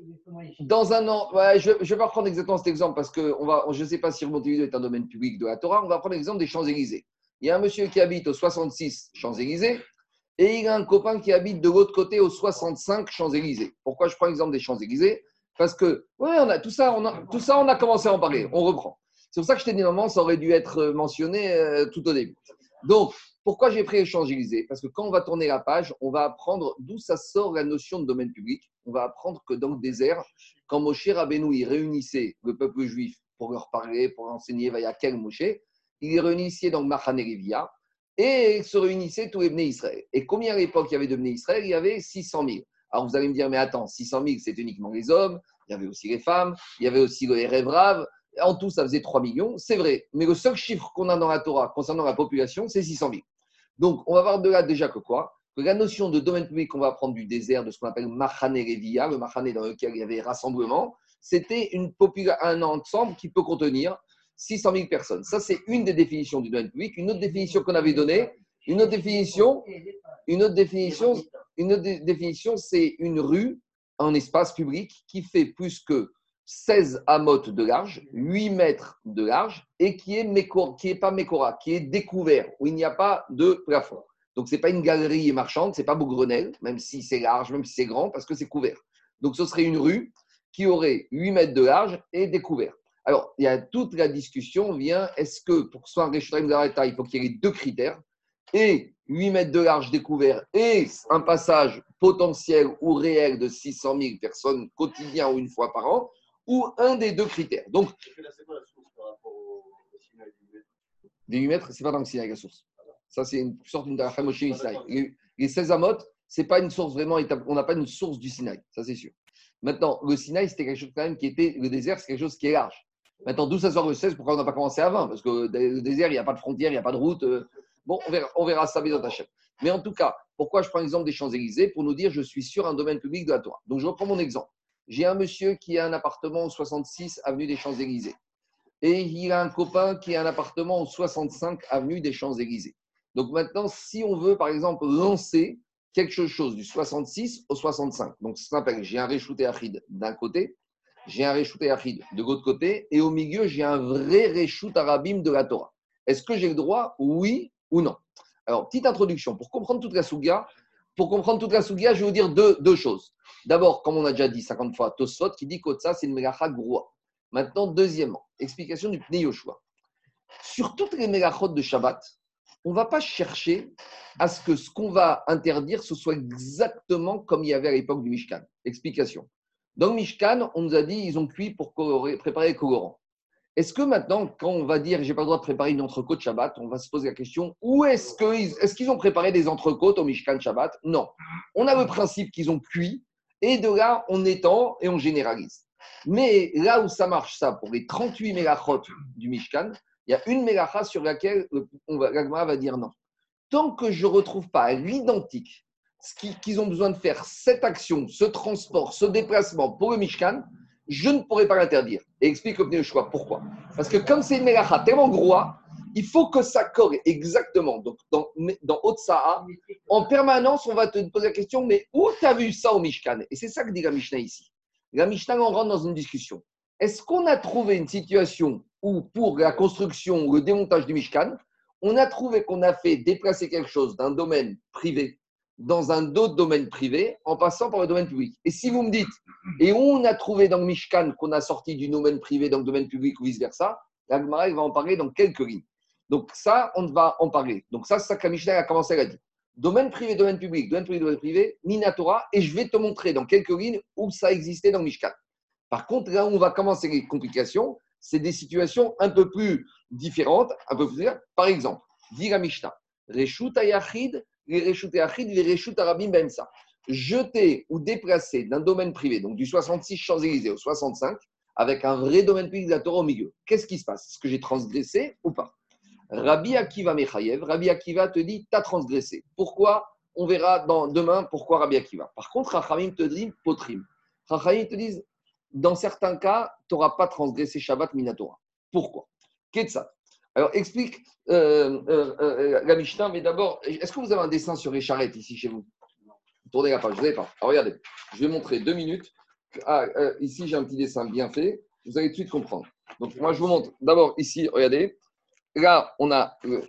dans un an, ouais, je ne vais pas prendre exactement cet exemple parce que on va, je ne sais pas si Montevideo est un domaine public de la Torah, on va prendre l'exemple des Champs-Élysées. Il y a un monsieur qui habite au soixante-six Champs-Élysées, et il a un copain qui habite de l'autre côté aux soixante-cinq Champs-Élysées. Pourquoi je prends l'exemple des Champs-Élysées? Parce que, oui, on a, tout, ça, on a, tout ça, on a commencé à en parler. On reprend. C'est pour ça que je t'ai dit, normalement, ça aurait dû être mentionné euh, tout au début. Donc, pourquoi j'ai pris les Champs-Élysées? Parce que quand on va tourner la page, on va apprendre d'où ça sort la notion de domaine public. On va apprendre que dans le désert, quand Moshe Rabbeinu il réunissait le peuple juif pour leur parler, pour enseigner Vayakel Moshe, il les réunissait dans le Machane Revia et se réunissaient tous les Bnei Israël. Et combien à l'époque il y avait de Bnei Israël? Il y avait six cent mille. Alors vous allez me dire, mais attends, six cent mille, c'est uniquement les hommes, il y avait aussi les femmes, il y avait aussi les Erev Rav. En tout, ça faisait trois millions, c'est vrai. Mais le seul chiffre qu'on a dans la Torah concernant la population, c'est six cent mille. Donc, on va voir de là déjà que quoi? Que la notion de domaine public qu'on va apprendre du désert, de ce qu'on appelle Machane Revia, le Machane dans lequel il y avait rassemblement, c'était une popula- un ensemble qui peut contenir six cent mille personnes. Ça, c'est une des définitions du domaine public. Une autre définition qu'on avait donnée, une autre définition, une autre définition, une autre dé- définition, c'est une rue, un espace public qui fait plus que seize amotes de large, huit mètres de large, et qui est, mécor, qui est pas mécora, qui est découvert, où il n'y a pas de plafond. Donc, ce n'est pas une galerie marchande, ce n'est pas Beaugrenelle, même si c'est large, même si c'est grand, parce que c'est couvert. Donc, ce serait une rue qui aurait huit mètres de large et découvert. Alors, il y a toute la discussion, vient, est-ce que pour que ce soit un Reshtaim Zareta, il faut qu'il y ait les deux critères, et huit mètres de large découvert, et un passage potentiel ou réel de six cent mille personnes quotidien ou une fois par an, ou un des deux critères. Donc, des huit mètres, ce n'est pas dans le Sinaï la source. Ça, c'est une sorte d'une Moshe Sinaï. Les, les seize amotes, ce n'est pas une source vraiment établie. On n'a pas une source du Sinaï, ça c'est sûr. Maintenant, le Sinaï, c'était quelque chose quand même qui était. Le désert, c'est quelque chose qui est large. Maintenant, d'où ça sort le seize? Pourquoi on n'a pas commencé à vingt? Parce que le désert, il n'y a pas de frontière, il n'y a pas de route. Bon, on verra, on verra ça dans ta chaîne. Mais en tout cas, pourquoi je prends l'exemple des Champs-Élysées? Pour nous dire, je suis sur un domaine public de la Torah. Donc, je reprends mon exemple. J'ai un monsieur qui a un appartement au soixante-six avenue des Champs-Élysées. Et il a un copain qui a un appartement au soixante-cinq avenue des Champs-Élysées. Donc maintenant, si on veut, par exemple, lancer quelque chose du soixante-six au soixante-cinq, donc ça s'appelle, j'ai un réchouté achid d'un côté, j'ai un réchouté achid de l'autre côté, et au milieu, j'ai un vrai réchout arabim de la Torah. Est-ce que j'ai le droit, oui ou non? Alors, petite introduction, pour comprendre toute la souga, pour comprendre toute la souga, je vais vous dire deux, deux choses. D'abord, comme on a déjà dit cinquante fois, Tosfot qui dit qu'Otsa, c'est une melacha groua. Maintenant, deuxièmement, explication du Pnei Yoshua. Sur toutes les mélachot de Shabbat, on ne va pas chercher à ce que ce qu'on va interdire, ce soit exactement comme il y avait à l'époque du Mishkan. Explication. Dans le Mishkan, on nous a dit ils ont cuit pour colorer, préparer les colorants. Est-ce que maintenant, quand on va dire j'ai pas le droit de préparer une entrecôte Shabbat, on va se poser la question où est-ce qu'ils est-ce qu'ils ont préparé des entrecôtes au Mishkan Shabbat? Non. On a le principe qu'ils ont cuit et de là, on étend et on généralise. Mais là où ça marche, ça, pour les trente-huit mélachot du Mishkan, il y a une mélacha sur laquelle on va, l'Agmara va dire non. Tant que je ne retrouve pas à l'identique ce qu'ils ont besoin de faire, cette action, ce transport, ce déplacement pour le Mishkan, je ne pourrai pas l'interdire. Et explique le Pnei Yoshua pourquoi. Parce que comme c'est une mélacha tellement gros, il faut que ça colle exactement. Donc, dans, dans Otsa'a, en permanence, on va te poser la question, mais où tu as vu ça au Mishkan? Et c'est ça que dit la Mishnah ici. La Mishnah, on rentre dans une discussion. Est-ce qu'on a trouvé une situation où, pour la construction ou le démontage du Mishkan, on a trouvé qu'on a fait déplacer quelque chose d'un domaine privé dans un autre domaine privé en passant par le domaine public? Et si vous me dites, et où on a trouvé dans le Mishkan qu'on a sorti du domaine privé dans le domaine public ou vice-versa, la Gemara va en parler dans quelques lignes. Donc ça, on va en parler. Donc ça, c'est ça que la Mishnah a commencé à dire. Domaine privé, domaine public, domaine privé, domaine privé, Minatora, et je vais te montrer dans quelques lignes où ça existait dans le Mishkan. Par contre, là où on va commencer les complications, c'est des situations un peu plus différentes, un peu plus. Par exemple, dit la Mishnah, Reshut Ayachid, les Reshut Ayachid, les Reshut Arabim Bemsa. Jeter ou déplacer d'un domaine privé, donc du soixante-six Champs-Élysées au soixante-cinq, avec un vrai domaine public de la Torah au milieu. Qu'est-ce qui se passe? Est-ce que j'ai transgressé ou pas? Rabbi Akiva Mechayev, Rabbi Akiva te dit, tu as transgressé. Pourquoi? On verra dans, demain pourquoi Rabbi Akiva. Par contre, Rachamim te dit, potrim. Rachamim te disent, dans certains cas, tu n'auras pas transgressé Shabbat Minatora. Pourquoi? Qu'est-ce ça? Alors, explique euh, euh, euh, la Mishnah, mais d'abord, est-ce que vous avez un dessin sur les charrettes ici chez vous? Tournez la page, vous n'avez pas. Alors, regardez, je vais montrer deux minutes. Ah, euh, ici, j'ai un petit dessin bien fait. Vous allez tout de suite comprendre. Donc, moi, je vous montre d'abord ici, regardez. Là, on a le,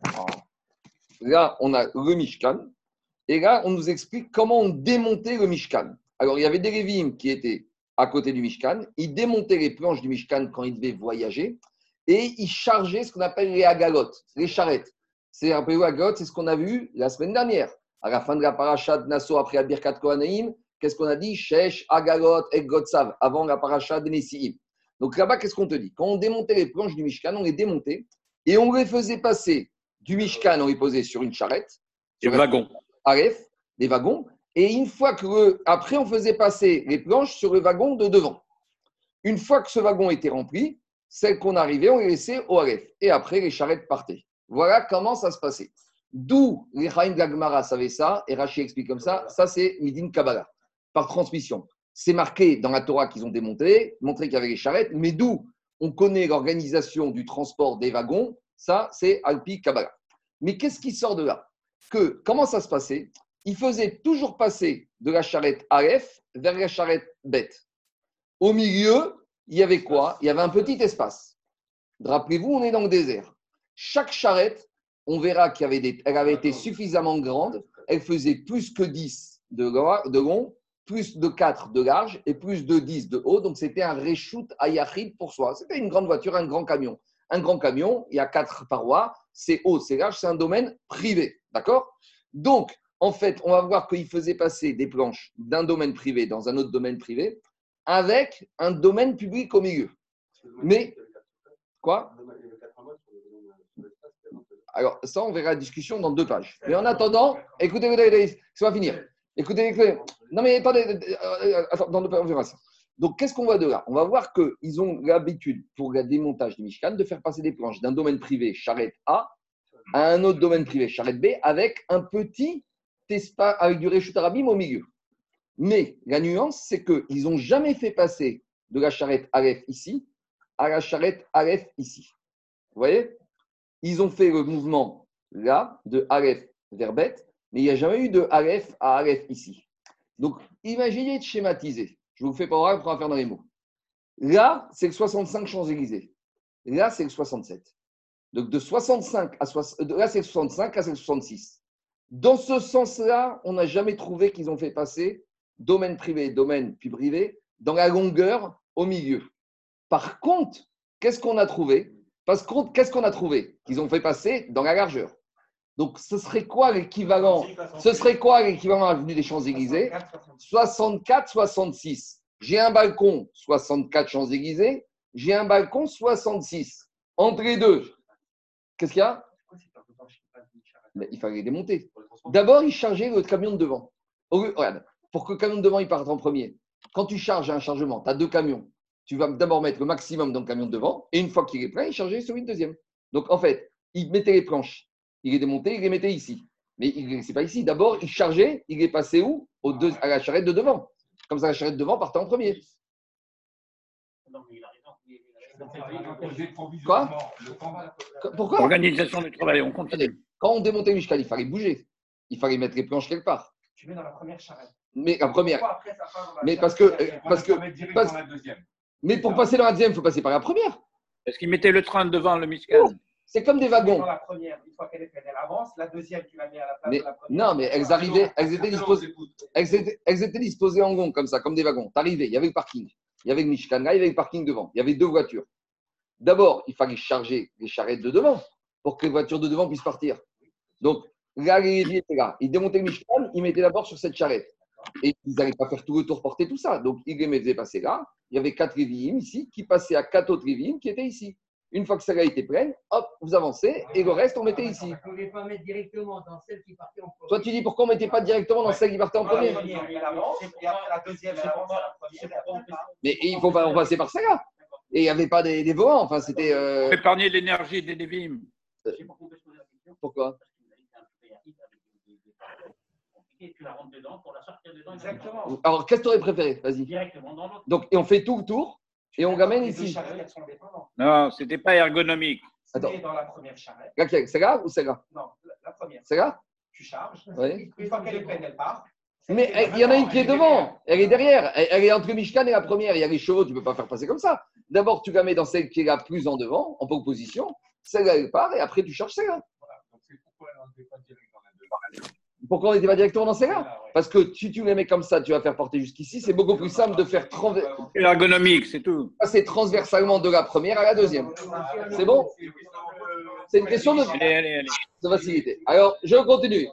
là, on a le Mishkan. Et là, on nous explique comment on démontait le Mishkan. Alors, il y avait des Lévim qui étaient à côté du Mishkan. Ils démontaient les planches du Mishkan quand ils devaient voyager. Et ils chargeaient ce qu'on appelle les agalotes, les charrettes. C'est un peu les agalotes, c'est ce qu'on a vu la semaine dernière. À la fin de la paracha de Nassau, après la Birkat Kohaneim, qu'est-ce qu'on a dit? Shesh, agalot, et Gotsav, avant la paracha de Nessiim. Donc là-bas, qu'est-ce qu'on te dit? Quand on démontait les planches du Mishkan, on les démontait et on les faisait passer du Mishkan, on les posait sur une charrette. Des wagons. Aleph, des wagons. Et une fois que, après, on faisait passer les planches sur le wagon de devant. Une fois que ce wagon était rempli, celles qu'on arrivait, on les laissait au Aleph. Et après, les charrettes partaient. Voilà comment ça se passait. D'où les Chaim de la Gemara savaient ça, et Rashi explique comme ça, ça c'est Midin Kabbalah, par transmission. C'est marqué dans la Torah qu'ils ont démonté, montré qu'il y avait les charrettes, mais d'où on connaît l'organisation du transport des wagons, ça c'est Alpi Kabbalah. Mais qu'est-ce qui sort de là? Que, comment ça se passait? Ils faisaient toujours passer de la charrette Aleph vers la charrette Bet. Au milieu, il y avait quoi? Il y avait un petit espace. Rappelez-vous, on est dans le désert. Chaque charrette, on verra qu'elle avait, des, elle avait été suffisamment grande. Elle faisait plus que dix de, de long, plus de quatre de large et plus de dix de haut. Donc, c'était un reshoot à Yachid pour soi. C'était une grande voiture, un grand camion. Un grand camion, il y a quatre parois. C'est haut, c'est large, c'est un domaine privé. D'accord? Donc, en fait, on va voir qu'il faisait passer des planches d'un domaine privé dans un autre domaine privé avec un domaine public au milieu. Mais, quoi? Alors, ça, on verra la discussion dans deux pages. Mais en attendant, écoutez, écoutez, ça va finir. Écoutez, écoutez. Non, mais attendez, attends, dans deux pages, on verra ça. Donc, qu'est-ce qu'on voit de là? On va voir qu'ils ont l'habitude, pour le démontage du Mishkan, de faire passer des planches d'un domaine privé, charrette A, à un autre domaine privé, charrette B, avec un petit espace, avec du Réchut Arabim au milieu. Mais la nuance, c'est qu'ils n'ont jamais fait passer de la charrette Aleph ici à la charrette Aleph ici. Vous voyez? Ils ont fait le mouvement là, de Aleph vers Bet, mais il n'y a jamais eu de Aleph à Aleph ici. Donc, imaginez de schématiser. Je vous fais pas oral pour en faire dans les mots. Là, c'est le soixante-cinq Champs-Élysées. Là, c'est le soixante-sept. Donc, de soixante-cinq à soixante, là, c'est le soixante-cinq, là, c'est le soixante-six. Dans ce sens-là, on n'a jamais trouvé qu'ils ont fait passer domaine privé, domaine puis privé, dans la longueur au milieu. Par contre, qu'est-ce qu'on a trouvé? Parce que qu'est-ce qu'on a trouvé? Qu'ils ont fait passer dans la largeur. Donc, ce serait quoi l'équivalent? Ce serait quoi l'équivalent à l'avenue des Champs-Élysées? soixante-quatre, soixante-six. J'ai un balcon soixante-quatre Champs-Élysées, j'ai un balcon soixante-six. Entre les deux, qu'est-ce qu'il y a? Mais il fallait les démonter. D'abord, ils chargeaient le camion de devant. Regarde, pour que le camion de devant il parte en premier, quand tu charges un chargement, tu as deux camions. Tu vas d'abord mettre le maximum dans le camion de devant, et une fois qu'il est plein, il chargeait celui de deuxième. Donc, en fait, il mettait les planches, il les démontait, il les mettait ici. Mais il ne les laissait pas ici. D'abord, il chargeait, il est passé où? Au deux, à la charrette de devant. Comme ça, la charrette de devant partait en premier. Quoi? Pourquoi? Organisation du travail, on continue. Quand on démontait le Mishkan, il fallait bouger. Il fallait mettre les planches quelque part. Tu mets dans la première charrette. Mais la première. Après, ça part dans la Mais parce charrette. que. Parce que parce- Dans la deuxième. mais pour passer dans la deuxième, il faut passer par la première. Est-ce qu'ils mettaient le train devant le Mishkan? C'est comme des wagons. Dans la première, une fois qu'elle est pleine, elle avance. La deuxième, tu la mets à la place Mais, de la première. non, mais elles arrivaient, elles étaient disposées, elles étaient, elles étaient disposées en rond, comme ça, comme des wagons. T'arrivais, il y avait le parking. Il y avait le Mishkan, là, il y avait le parking devant. Il y avait deux voitures. D'abord, il fallait charger les charrettes de devant pour que les voitures de devant puissent partir. Donc, là, les Lévis étaient là. Ils démontaient le Mishkan, ils mettaient d'abord sur cette charrette. Et ils n'allaient pas faire tout le tour, porter tout ça. Donc, ils les faisaient passer là. Il y avait quatre Lévi'im ici qui passaient à quatre autres Lévi'im qui étaient ici. Une fois que celle-là était pleine, hop, vous avancez et le reste, on mettait ici. On ne pouvait pas mettre directement dans celle qui partait en premier. Toi, tu dis pourquoi on ne mettait pas directement dans celle qui partait en premier? La première, elle avance. Et après, la deuxième, elle avance à la première. Et après, elle part. Mais il faut pas en passer par celle-là. Et il n'y avait pas des, des volants. Enfin, c'était. Euh... Pour épargner l'énergie des Lévim. Pourquoi? Tu la rentres dedans pour la sortir dedans. Exactement. Alors, qu'est-ce que tu aurais préféré? Vas-y. Directement dans l'autre. Donc, et on fait tout le tour et on ramène Les deux ici. charrettes, elles sont indépendantes. Non, c'était pas ergonomique. Tu Attends. mets dans la première charrette. Laquelle? Celle-là ou celle-là? Non, la, la première. Celle-là? Tu charges. Oui. Une fois qu'elle est pleine, elle part. Mais elle- il y en a une qui est devant. Elle est derrière. Elle, elle est entre le Mishkan et la première. Il y a les chevaux, tu ne peux pas faire passer comme ça. D'abord, tu la mets dans celle qui est la plus en devant, en position. Celle-là, elle part et après, tu charges celle-là. Voilà. Donc, c'est pourquoi elle n'était pas direct dans la deuxième. Pourquoi on n'était pas directement dans celle-là? Voilà, ouais. Parce que si tu les mets comme ça, tu vas faire porter jusqu'ici. C'est beaucoup plus simple de faire transver- C'est ergonomique, c'est tout. passer transversalement de la première à la deuxième. C'est bon? C'est une question de, Allez, allez, allez. de facilité. Alors, je continue.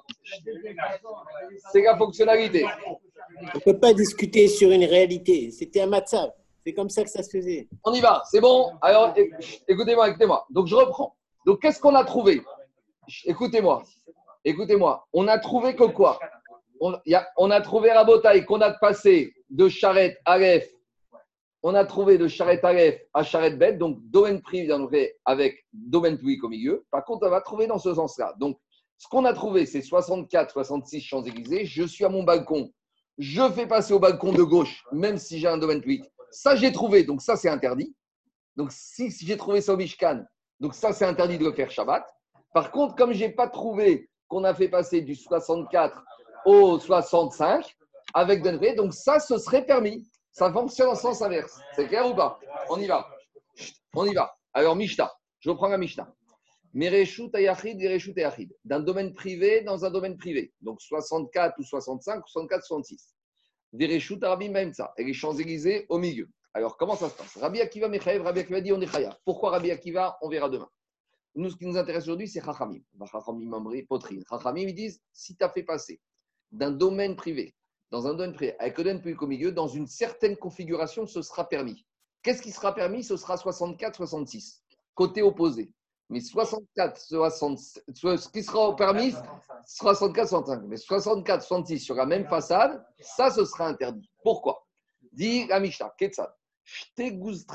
C'est la fonctionnalité. On ne peut pas discuter sur une réalité. C'était un matzav. C'est comme ça que ça se faisait. On y va, c'est bon. Alors, é- écoutez-moi, écoutez-moi. Donc, je reprends. Donc, qu'est-ce qu'on a trouvé? Écoutez-moi, écoutez-moi. On a trouvé que quoi? on, y a, on a trouvé Rabotaï qu'on a passé de charrette Aleph. On a trouvé de charrette Aleph à charrette bête, donc domaine privé avec domaine public au milieu. Par contre, on va trouver dans ce sens-là. Donc, ce qu'on a trouvé, c'est soixante-quatre, soixante-six Champs-Élysées. Je suis à mon balcon. Je fais passer au balcon de gauche, même si j'ai un domaine public. Ça, j'ai trouvé. Donc, ça, c'est interdit. Donc, si, si j'ai trouvé ça au Mishkan, donc ça, c'est interdit de le faire Shabbat. Par contre, comme je n'ai pas trouvé qu'on a fait passer du soixante-quatre au soixante-cinq avec Denver, donc ça, ce serait permis. Ça fonctionne en sens inverse. C'est clair ou pas? On y va. On y va. Alors, Mishnah. Je reprends la Mishnah. Mereshut ayachid, Mereshut ayachid. D'un domaine privé dans un domaine privé. Donc, soixante-quatre ou soixante-cinq, soixante-quatre, soixante-six. Mereshut Rabbi Maimsa. Et les Champs-Élysées au milieu. Alors, comment ça se passe? Rabbi Akiva Mechaev, Rabbi Akiva dit on est chayav. Pourquoi Rabbi Akiva? On verra demain. Nous, ce qui nous intéresse aujourd'hui, c'est Chachamim. Chachamim Mamri, Potrine. Chachamim, ils disent si tu as fait passer d'un domaine privé dans un domaine privé avec un domaine public au milieu, dans une certaine configuration, ce sera permis. Qu'est-ce qui sera permis? Ce sera soixante-quatre, soixante-six. Côté opposé. Mais soixante-quatre, soixante-six, ce qui sera permis, soixante-quatre, soixante-cinq. Mais soixante-quatre, soixante-six sur la même façade, ça, ce sera interdit. Pourquoi? Dit la Mishnah, Ketzad. J'ai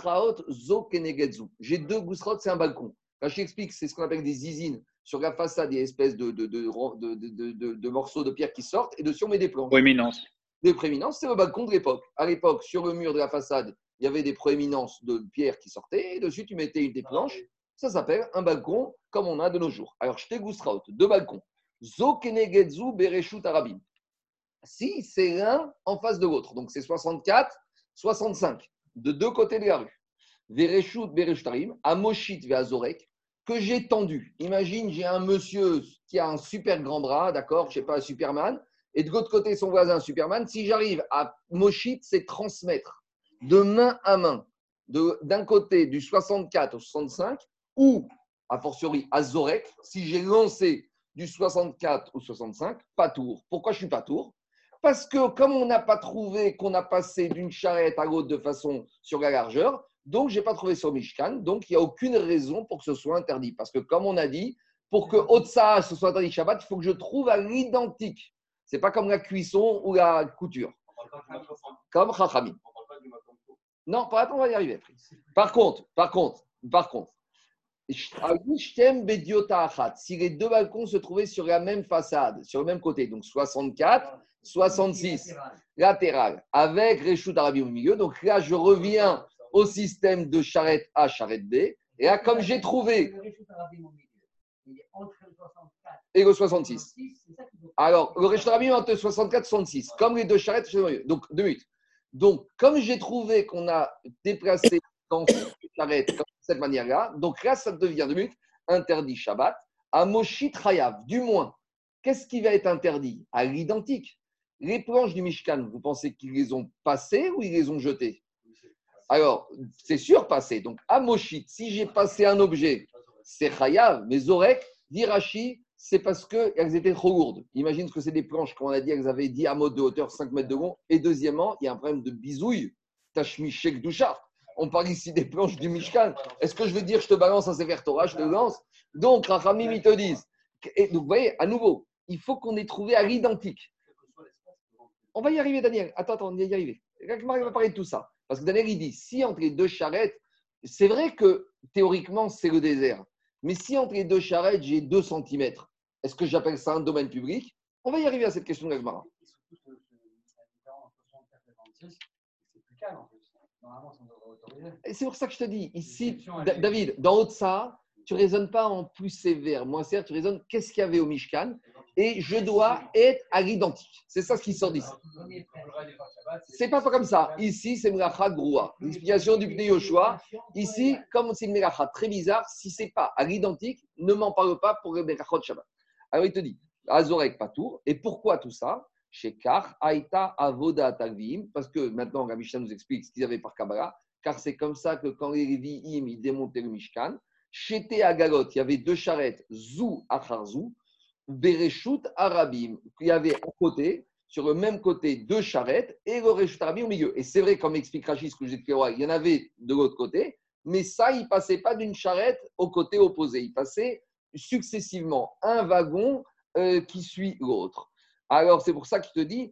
deux gousraot, c'est un balcon. Quand je t'explique, c'est ce qu'on appelle des zizines. Sur la façade, il y a une espèce de, de, de, de, de, de, de morceaux de pierre qui sortent et dessus, on met des planches. Proéminence. Des prééminences, c'est le balcon de l'époque. À l'époque, sur le mur de la façade, il y avait des proéminences de pierre qui sortaient et dessus, tu mettais une des planches. Ça s'appelle un balcon comme on a de nos jours. Alors, je t'égousserai deux balcons. Zo kenegedzu bereshut arabim. Si c'est l'un en face de l'autre, donc c'est soixante-quatre, soixante-cinq, de deux côtés de la rue. Vereshut bereshtarim, amoshit veazorek, que j'ai tendu. Imagine, j'ai un monsieur qui a un super grand bras, d'accord, je ne sais pas, un Superman, et de l'autre côté, son voisin, Superman. Si j'arrive à moshit, c'est transmettre de main à main, de, d'un côté du soixante-quatre au soixante-cinq, ou, a fortiori, à Zorek, si j'ai lancé du soixante-quatre au soixante-cinq, pas tour. Pourquoi je ne suis pas tour? Parce que comme on n'a pas trouvé qu'on a passé d'une charrette à l'autre de façon sur la largeur, donc je n'ai pas trouvé sur Mishkan, donc il n'y a aucune raison pour que ce soit interdit. Parce que comme on a dit, pour que Otsa ce soit interdit Shabbat, il faut que je trouve à l'identique. Ce n'est pas comme la cuisson ou la couture. Comme Chachamim. Non, pas attends, on va y arriver. Par contre, par contre, par contre, si les deux balcons se trouvaient sur la même façade, sur le même côté, donc soixante-quatre, soixante-six, latéral, avec Reshut Arabi au milieu, donc là je reviens au système de charrette A, charrette B, et là comme j'ai trouvé et le soixante-six. Alors, le Reshut Arabi entre soixante-quatre et soixante-six, comme les deux charrettes, donc deux minutes. Donc, comme j'ai trouvé qu'on a déplacé dans cette charrette de cette manière-là, donc là, ça devient deux minutes interdit Shabbat, à Moshit Chayav. Du moins, qu'est-ce qui va être interdit? À l'identique. Les planches du Mishkan, vous pensez qu'ils les ont passées ou ils les ont jetées? Alors, c'est sûr passé. Donc, à Moshit, si j'ai passé un objet, c'est Chayav, mais Zorek, dit Rashi, c'est parce qu'elles étaient trop lourdes. Imagine que c'est des planches, comme on a dit, elles avaient dix amots de hauteur, cinq mètres de long. Et deuxièmement, il y a un problème de bisouille. Tashmichek Doucha. On parle ici des planches du Mishkan. Est-ce que je veux dire, je te balance un Sefer Torah, je te lance? Donc, Rachamim, ils te disent. Et donc, vous voyez, à nouveau, il faut qu'on ait trouvé à l'identique. On va y arriver, Daniel. Attends, attends, on va y arriver. Ragmar va parler de tout ça. Parce que Daniel, il dit, si entre les deux charrettes, c'est vrai que théoriquement, c'est le désert. Mais si entre les deux charrettes, j'ai deux centimètres, est-ce que j'appelle ça un domaine public? On va y arriver à cette question de Ragmar. Et c'est pour ça que je te dis, ici, David, dans Haute-Saha, tu ne raisonnes pas en plus sévère, moins sévère, tu raisonnes qu'est-ce qu'il y avait au Mishkan et je dois être à l'identique. C'est ça ce qui sort d'ici. C'est pas, pas comme ça. Ici, c'est Melacha Groua. L'explication du Pnei Yoshua. Ici, comme c'est une Melacha très bizarre, si ce n'est pas à l'identique, ne m'en parle pas pour le Melachot Shabbat. Alors il te dit, Azorek Patour. Et pourquoi tout ça? Chez Kar, Aïta, Avoda, Tagvim. Parce que maintenant, la Mishnah nous explique ce qu'ils avaient par Kabbalah. Car c'est comme ça que quand les Lévi'im, ils démontaient le Mishkan, chez Agalot, il y avait deux charrettes, Zou Achar Zou, Bereshut Arabim, qu'il y avait à côté, sur le même côté deux charrettes et le Reshut Rabim au milieu. Et c'est vrai, comme explique Rachid, ce que j'ai dit, il y en avait de l'autre côté, mais ça, il ne passait pas d'une charrette au côté opposé. Il passait successivement un wagon euh, qui suit l'autre. Alors, c'est pour ça qu'il te dit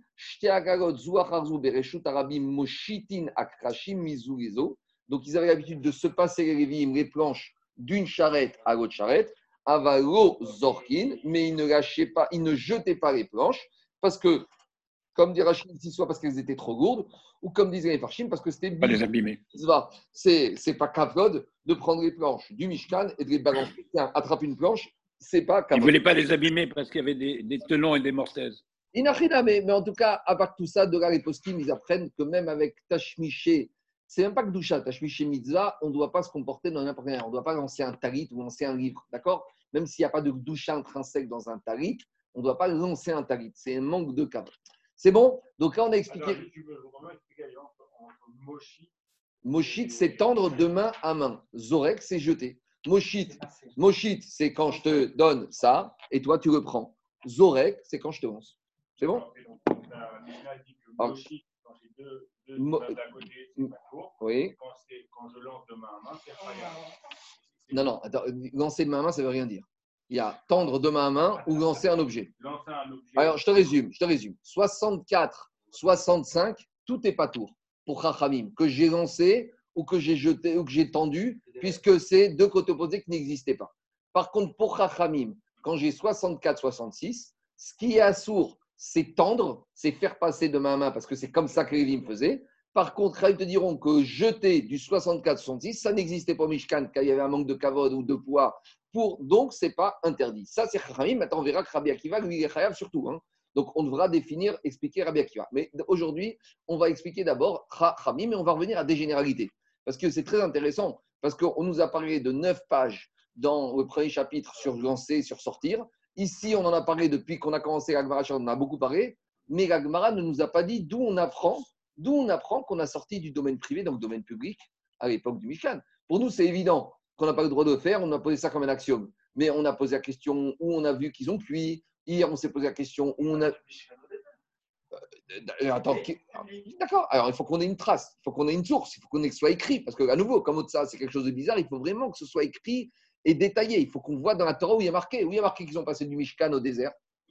donc, ils avaient l'habitude de se passer les lévim, les planches d'une charrette à l'autre charrette. Avalo Zorkin, mais ils ne lâchaient pas, ils ne jetaient pas les planches parce que, comme dit Rachid ici, soit parce qu'elles étaient trop lourdes, ou comme disaient les Farshim, parce que c'était Pas les abîmer. c'est, c'est pas kavod de prendre les planches du Mishkan et de les balancer. Tiens, attrape une planche, c'est pas Ils kavod. ne voulaient pas les abîmer parce qu'il y avait des, des tenons et des mortaises. Inachina, mais, mais en tout cas, à part tout ça, de là, les postim, ils apprennent que même avec Tashmiché, c'est même pas que Doucha, Tashmiché Mitzvah, on ne doit pas se comporter dans n'importe quel. On ne doit pas lancer un talit ou lancer un livre, d'accord? Même s'il n'y a pas de Doucha intrinsèque dans un talit, on ne doit pas lancer un talit. C'est un manque de cadre. C'est bon? Donc là, on a expliqué. Alors, tu veux vraiment expliquer la différence entre Moshi Moshit, c'est tendre de main à main. Zorek, c'est jeter. Moshit, Moshit, c'est quand je te donne ça et toi, tu le prends. Zorek, c'est quand je te lance. C'est bon? Et donc, la Mishnah dit que Ah. Moshi, quand j'ai deux, deux Mo- immeubles à côté, c'est pas court. Oui. Quand, c'est- quand je lance de main à main, c'est rien. Non, non, attends, lancer de main à main, ça ne veut rien dire. Il y a tendre de main à main ou lancer un objet. Lancer un objet. Alors, je te résume, je te résume. soixante-quatre, soixante-cinq, tout est pas tour pour Chachamim, que j'ai lancé ou que j'ai jeté ou que j'ai tendu, puisque c'est deux côtés opposés qui n'existaient pas. Par contre, pour Chachamim, quand j'ai soixante-quatre, soixante-six, ce qui est assourd, c'est tendre, c'est faire passer de main à main, parce que c'est comme ça que les Lévim faisaient. Par contre, ils te diront que jeter du soixante-quatre, soixante-six, ça n'existait pas au Mishkan, quand il y avait un manque de kavod ou de poids. Pour, donc, ce n'est pas interdit. Ça, c'est Chachamim. Maintenant, on verra que Rabbi Akiva, lui, il est chayav surtout. Hein. Donc, on devra définir, expliquer Rabbi Akiva. Mais aujourd'hui, on va expliquer d'abord Chachamim, mais on va revenir à des généralités. Parce que c'est très intéressant, parce qu'on nous a parlé de neuf pages dans le premier chapitre sur lancer, sur sortir. Ici, on en a parlé depuis qu'on a commencé la Gemara, on en a beaucoup parlé, mais la Gemara ne nous a pas dit d'où on apprend, d'où on apprend qu'on a sorti du domaine privé, donc domaine public, à l'époque du Mishkan. Pour nous, c'est évident qu'on n'a pas le droit de le faire, on a posé ça comme un axiome. Mais on a posé la question où on a vu qu'ils ont cuit. Hier, on s'est posé la question où on a. Euh, attends, qui- d'accord. Alors, il faut qu'on ait une trace, il faut qu'on ait une source, il faut qu'on ait que ce soit écrit. Parce qu'à nouveau, comme ça, c'est quelque chose de bizarre, il faut vraiment que ce soit écrit et détaillé. Il faut qu'on voit dans la Torah où il y a marqué, où il y a marqué qu'ils ont passé du Mishkan au désert.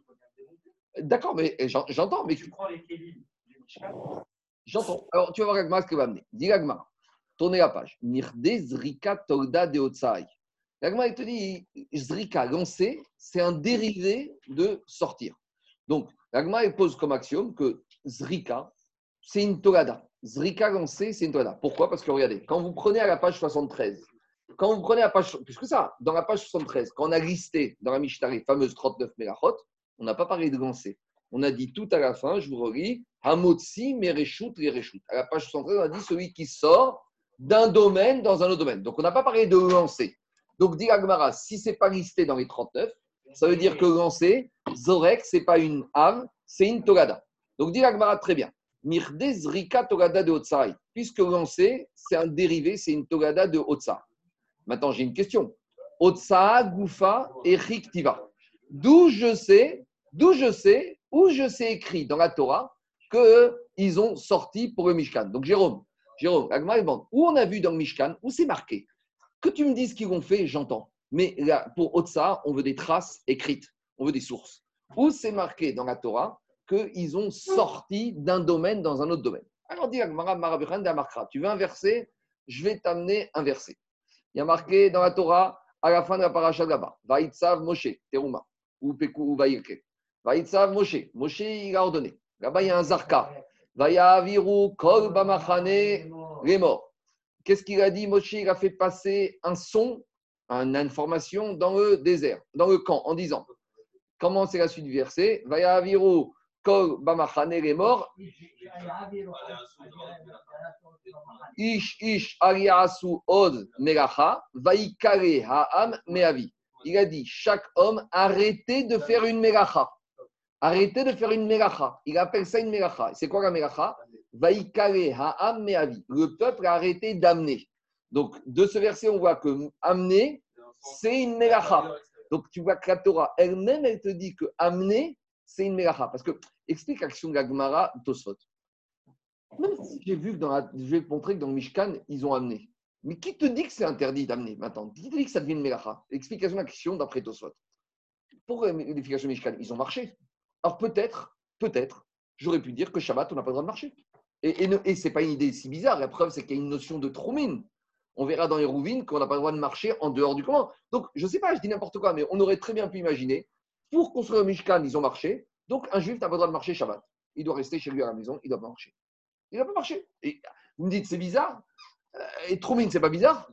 D'accord, mais j'en- j'entends. Mais Tu prends les kélim du Mishkan. j'entends. Alors, tu vas voir Agma ce que va amener. Dis Agma, tournez la page. Mirde Zrika Tolda de Otsai. L'Agma, il te dit, Zrika, lancer, c'est un dérivé de sortir. Donc, l'Agma, il pose comme axiome que Zrika, c'est une Tolada. Zrika, lancer, c'est une Tolada. Pourquoi? Parce que regardez, quand vous prenez à la page soixante-treize, quand vous prenez à la page, plus que ça, dans la page soixante-treize, quand on a listé dans la Mishnah les fameuses trente-neuf mélachot, on n'a pas parlé de lancer. On a dit tout à la fin, je vous relis, Hamotsi, Mereshut, Lereshut. À la page soixante-treize, on a dit celui qui sort d'un domaine dans un autre domaine. Donc, on n'a pas parlé de lancer. Donc, dit Agmara, si ce n'est pas listé dans les trente-neuf, ça veut dire que lancer, Zorek, ce n'est pas une ave, c'est une Togada. Donc, dit Agmara, très bien. Mirde Zrika Togada de Otsai. Puisque lancer, c'est un dérivé, c'est une Togada de Otsa. Maintenant, j'ai une question. Otsa, Goufa et Riktiva. D'où je sais, d'où je sais, où je sais écrit dans la Torah qu'ils ont sorti pour le Mishkan. Donc, Jérôme, Jérôme, Agmara demande, où on a vu dans le Mishkan, où c'est marqué? Que tu me dises ce qu'ils ont fait, j'entends. Mais là, pour Otsa, on veut des traces écrites, on veut des sources. Où c'est marqué dans la Torah qu'ils ont sorti d'un domaine dans un autre domaine? Alors, dis Agmara, Marabichan d'Amarkra, tu veux un verset? Je vais t'amener un verset. Il y a marqué dans la Torah, à la fin de la paracha là-bas, Vaïtsav Moshe, Teruma, ou Pekou, ou Vaïrke. Vaïtsav Moshe, Moshe, il a ordonné. Là-bas, il y a un Zarka. Vayaviru kol bamachane les morts. Qu'est-ce qu'il a dit? Moshe, il a fait passer un son, une information dans le désert, dans le camp, en disant, comment c'est la suite du verset? Vayaviru kol bamachane les morts. Ish ish ariasu od melacha, vaikare ha'am meavi. Il a dit, chaque homme, arrêtez de faire une melacha. Arrêtez de faire une melacha. Il appelle ça une melacha. C'est quoi la melacha? Vaikare ha'am meavi. Le peuple a arrêté d'amener. Donc, de ce verset, on voit que amener, c'est une melacha. Donc, tu vois que la Torah elle-même, elle te dit que amener, c'est une melacha. Parce que Explique l'action de la Gemara Tosfot. Même si j'ai vu que dans la, je vais te montrer que dans le Mishkan, ils ont amené. Mais qui te dit que c'est interdit d'amener maintenant? Qui te dit que ça devient une mélacha? Explication de la question d'après Tosfot. Pour l'édification du Mishkan, ils ont marché. Alors peut-être, peut-être, j'aurais pu dire que Shabbat, on n'a pas le droit de marcher. Et, et, et ce n'est pas une idée si bizarre. La preuve, c'est qu'il y a une notion de troumine. On verra dans les rouvines qu'on n'a pas le droit de marcher en dehors du commandement. Donc, je ne sais pas, je dis n'importe quoi, mais on aurait très bien pu imaginer, pour construire le Mishkan, ils ont marché. Donc, un juif n'a pas le droit de marcher Shabbat. Il doit rester chez lui à la maison, il ne doit pas marcher. Il ne doit pas marcher. Et vous me dites, c'est bizarre. Et troumine, ce n'est pas bizarre.